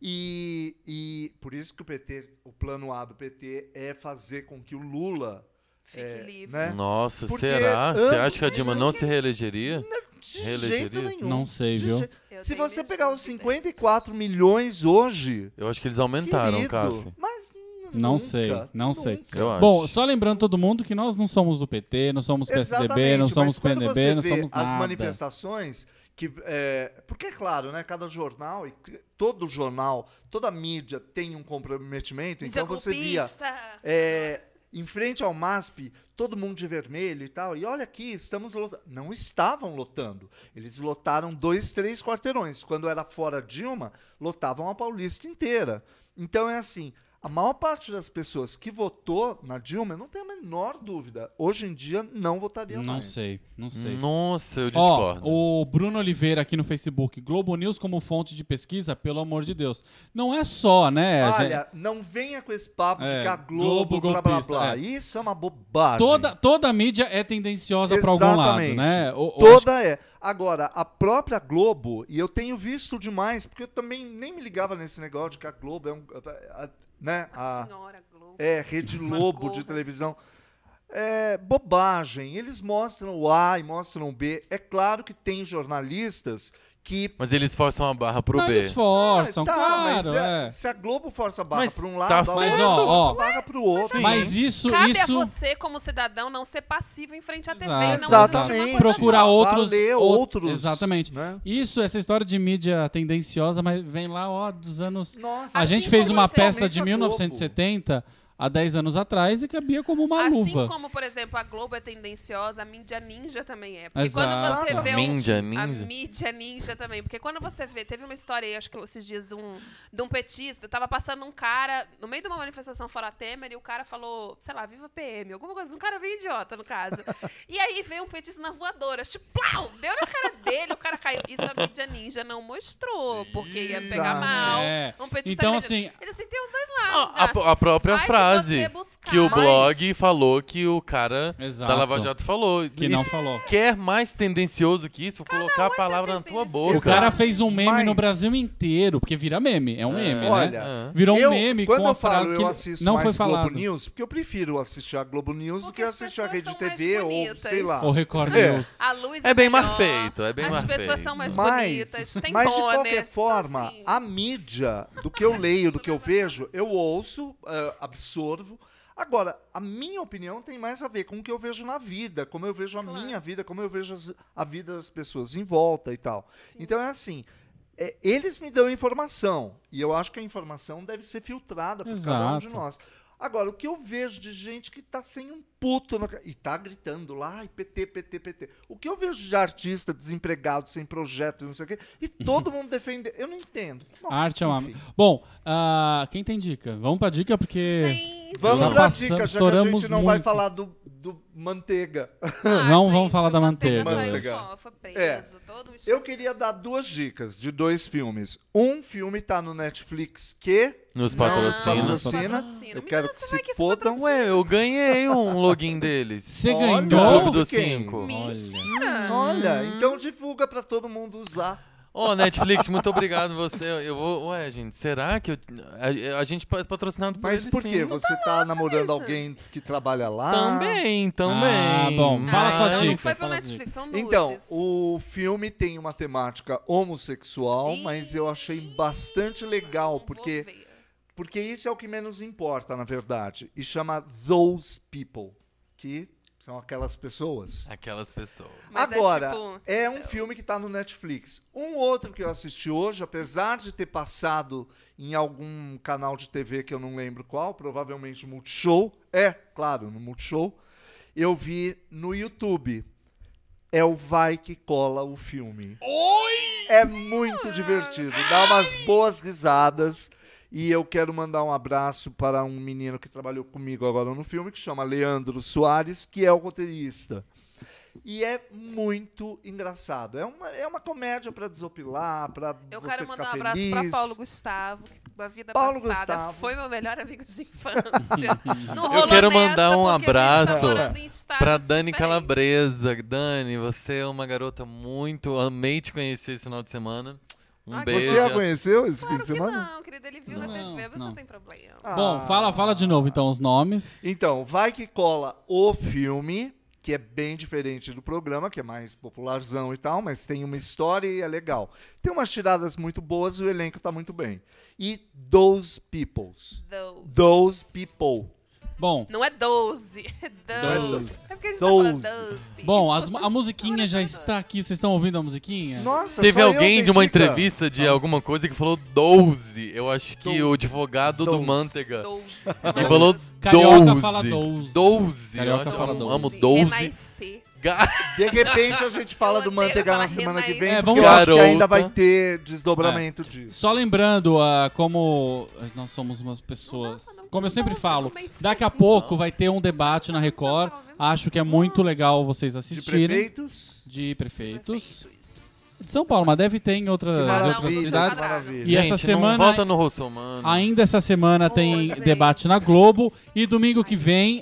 E, e por isso que o P T, o plano A do P T é fazer com que o Lula... Fique é, livre. né? Nossa, Porque será? Você ambos- acha que a Dilma não se reelegeria? De Reelegeria? jeito nenhum. Não sei, De viu? je- Eu Se tenho você minhas pegar os dúvidas. cinquenta e quatro milhões hoje... Eu acho que eles aumentaram, Querido, Caf. mas n- Não nunca, sei, não sei. nunca. Eu acho. Bom, só lembrando todo mundo que nós não somos do P T, não somos P S D B, Exatamente, não somos mas quando P N D você B, não vê somos as nada. manifestações que é, porque é claro, né, cada jornal e c- todo jornal, toda mídia tem um comprometimento, Isso é então você via golpista. é, em frente ao MASP, todo mundo de vermelho e tal, e olha aqui, estamos lotando. Não estavam lotando. Eles lotaram dois, três quarteirões. Quando era fora Dilma, lotavam a Paulista inteira. Então é assim, a maior parte das pessoas que votou na Dilma, eu não tenho a menor dúvida, hoje em dia não votaria Não mais. sei, não sei. Nossa, eu Ó, discordo. o Bruno Oliveira aqui no Facebook, Globo News como fonte de pesquisa, pelo amor de Deus. Não é só, né? a gente- Olha, não venha com esse papo É, de que a Globo, Globo blá blá golpista, blá. é. Isso é uma bobagem. toda, toda a mídia é tendenciosa para algum lado, Exatamente. né? O- o- Toda é. Agora, a própria Globo, e eu tenho visto demais, porque eu também nem me ligava nesse negócio de que a Globo é um. a- né, A a, senhora Globo. é, Rede Lobo de Globo. televisão. É bobagem. Eles mostram o A e mostram o B. É claro que tem jornalistas que. Mas eles forçam a barra pro Não, B. eles forçam, Ah, tá, claro, mas se, a, é. se a Globo força a barra Mas para um tá lado, a certo. outra Mas, ó, ó, força a barra para o outro. Mas isso, Cabe isso... a você, como cidadão, não ser passivo em frente à T V. Exato. Não existe Exatamente. uma coisa Procurar só. outros... Valer ou- outros, Exatamente. né? Isso, essa história de mídia tendenciosa, mas vem lá, ó, dos anos... Nossa, A Assim gente fez como uma você peça aumenta de a mil Globo. novecentos e setenta, há dez anos atrás, e cabia como uma Assim luva. como, por exemplo, a Globo é tendenciosa, a mídia ninja também é. Porque Exato. quando você vê um... Ninja, A ninja. mídia ninja também. Porque quando você vê... Teve uma história aí, acho que esses dias, de um, de um petista. Tava passando um cara no meio de uma manifestação fora Temer e o cara falou, sei lá, viva P M, alguma coisa. Um cara bem idiota, no caso. E aí veio um petista na voadora. Tipo, plau, deu na cara dele, o cara caiu. Isso a mídia ninja não mostrou, porque ia pegar Eita. mal. É. Um petista Então, ali- assim... Ele assim, tem os dois lados, A, né? a- a própria Vai de frase você buscar. que o Mas- blog falou que o cara Exato. da Lava Jato falou. Que não Isso falou. quer mais tendencioso que isso? Colocar a um é palavra na sempre tua tendencioso. boca. O cara fez um meme Mas- no Brasil inteiro, porque vira meme, é um meme, né? Olha, É. Virou um eu, meme quando com a eu falo, frase que eu ele assisto não mais foi falado. Globo News, porque eu prefiro assistir a Globo News do Porque que as assistir a pessoas Rede são T V mais ou bonitas. sei lá. O Record É. News. A luz É bem mais melhor, feito, é bem As mais pessoas feito. são mais Mas, bonitas, tem mas de pônei. qualquer Então, forma, assim, a mídia, do que eu leio, do que eu vejo, eu ouço, eh, absorvo. Agora, a minha opinião tem mais a ver com o que eu vejo na vida, como eu vejo a Claro. minha vida, como eu vejo as- a vida das pessoas em volta e tal. Então é assim, é, eles me dão informação. E eu acho que a informação deve ser filtrada por cada um de Exato. nós. Agora, o que eu vejo de gente que tá sem um puto no ca- e tá gritando lá, ai, P T, P T, P T. O que eu vejo de artista desempregado, sem projeto, não sei o quê, e todo mundo defende. Eu não entendo. Bom, A arte é uma... enfim. Bom, ah, quem tem dica? Vamos pra dica, porque... Sim, Vamos Já pra passamos- dica, já que a estouramos gente não vai muito. falar do, do manteiga. Ah, Não gente, vamos falar da o Manteiga. Manteiga. Saiu fora, foi preso, É. todo um Eu queria dar duas dicas de dois filmes. Um filme tá no Netflix que Nos não patrocina. patrocina. Patrocina. Eu Menina, quero que você se vai que esse fodam. patrocínio- Ué, eu ganhei um login deles. Você Olha, Do ganhou? Clube dos quem? Cinco. Mentira! Olha, então divulga pra todo mundo usar. Ô, Netflix, muito obrigado você. Eu vou. Ué, gente, será que eu. A, a gente é patrocinado por Mas eles, por sim. quê? Você tá namorando isso. alguém que trabalha lá? Também, também. Ah, bom, fala Ah, sua então dica, não foi pro fala a Netflix, foi um nudes. Então, o filme tem uma temática homossexual, Ih, mas eu achei bastante legal, vou porque, ver. porque isso é o que menos importa, na verdade. E chama Those People, que são aquelas pessoas. Aquelas pessoas. Mas é Agora, tipo- é, um filme que tá no Netflix. Um outro que eu assisti hoje, apesar de ter passado em algum canal de T V que eu não lembro qual, provavelmente o Multishow, é, claro, no Multishow, eu vi no YouTube. É o Vai Que Cola o filme. É muito divertido, dá umas boas risadas. E eu quero mandar um abraço para um menino que trabalhou comigo agora no filme, que chama Leandro Soares, que é o roteirista. E é muito engraçado. É uma, é uma comédia para desopilar, para Eu você quero ficar mandar um abraço feliz. pra Paulo Gustavo, que da vida Paulo passada Gustavo. foi meu melhor amigo de infância. Não Eu rolou quero nessa, mandar um porque a gente tá abraço morando em estados Pra Dani diferentes. Calabresa. Dani, você é uma garota muito. Amei te conhecer esse final de semana. Um Ah, que beijo. Você a conheceu esse fim Claro de que semana? não, querido, ele viu Não, na T V, você não. não tem problema. Ah. Bom, fala, fala de novo então os nomes. Então, Vai Que Cola o filme, que é bem diferente do programa, que é mais popularzão e tal, mas tem uma história e é legal. Tem umas tiradas muito boas e o elenco tá muito bem. E Those Peoples. Those. Those People. Bom, Não é doze, é Doze. doze. É porque a gente tá falando Doze. doze. people. bom, as- a musiquinha já está aqui. Vocês estão ouvindo a musiquinha? Nossa, Teve só eu alguém dei de uma dica. entrevista de alguma coisa que falou doze. Eu acho que Doze. o advogado do Doze. Manteiga. doze. E falou Carioca doze. fala doze. doze. Carioca Eu acho- fala amo, doze. amo doze. Renascer. Ga- De repente a gente fala Eu do odeio Manteiga na aquela semana que vem, É, porque vamos eu acho que Garota. ainda vai ter desdobramento disso. Só lembrando, ah, como nós somos umas pessoas, Não, não, como eu não, sempre não, falo, não, não, não, daqui a pouco vai ter um debate na Record. Acho que é muito legal vocês De assistirem. prefeitos. De prefeitos. Prefeitos. De São Paulo, mas deve ter em outras, Que Cada um outras com seu cidades. quadrado. maravilha. E essa Gente, não semana- volta no Russomano. Ainda essa semana tem gente. debate na Globo e domingo que vem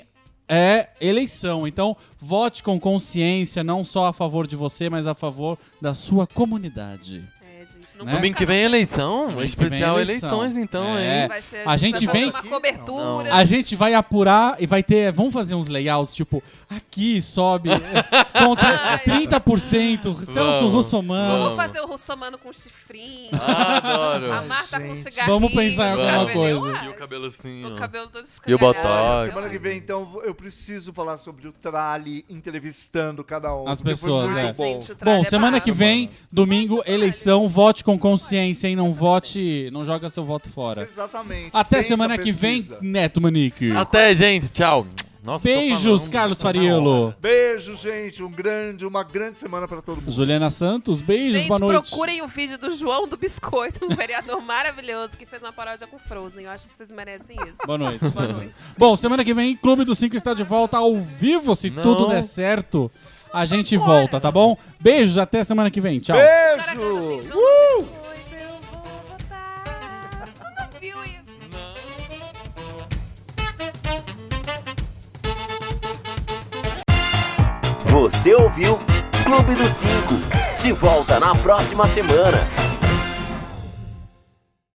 é eleição. Então, vote com consciência, não só a favor de você, mas a favor da sua comunidade. É, gente, não Né? pode Domingo que ficar vem é no- eleição. Domingo que vem Especial é eleição. eleições, então, É. hein? Vai ser, A gente vai vem- fazer uma cobertura. A gente vai apurar e vai ter. Vamos fazer uns layouts, tipo, aqui sobe contra Ai. trinta por cento, Celso Vamos. Russomano. Vamos Vamos. fazer o russomano com chifrinho. Ah, adoro. A Marta com gente. cigarrinho. Vamos pensar em no alguma cabelo, coisa. eu E o acho. cabelo assim, O ó. cabelo todo E o escangalhado. botox. Semana que vem, então, eu preciso falar sobre o Trali, entrevistando cada um. As porque foi pessoas, muito é. Ai, bom. gente, o tralha Bom, é semana que barato. vem, domingo, eleição, vote com consciência, hein? Não vote, não joga seu voto fora. Exatamente. Até Pensa semana a que vem, pesquisa. Neto Manique. Até, gente. Tchau. Nossa, eu tô Beijos, falando, Carlos tá na Fariello. hora. Beijo, gente. Um grande, uma grande semana pra todo mundo. Juliana Santos, beijos, Gente, boa noite. procurem o vídeo do João do Biscoito, um vereador maravilhoso que fez uma paródia com Frozen. Eu acho que vocês merecem isso. Boa noite. Boa noite. Bom, semana que vem, Clube dos Cinco está de volta ao vivo. Se Não. tudo der certo, a gente volta, tá bom? Beijos, até semana que vem. Tchau. Caraca, assim, Beijo! João do Biscoito, eu vou votar. Tu não viu isso? Você ouviu Clube dos Cinco. De volta na próxima semana.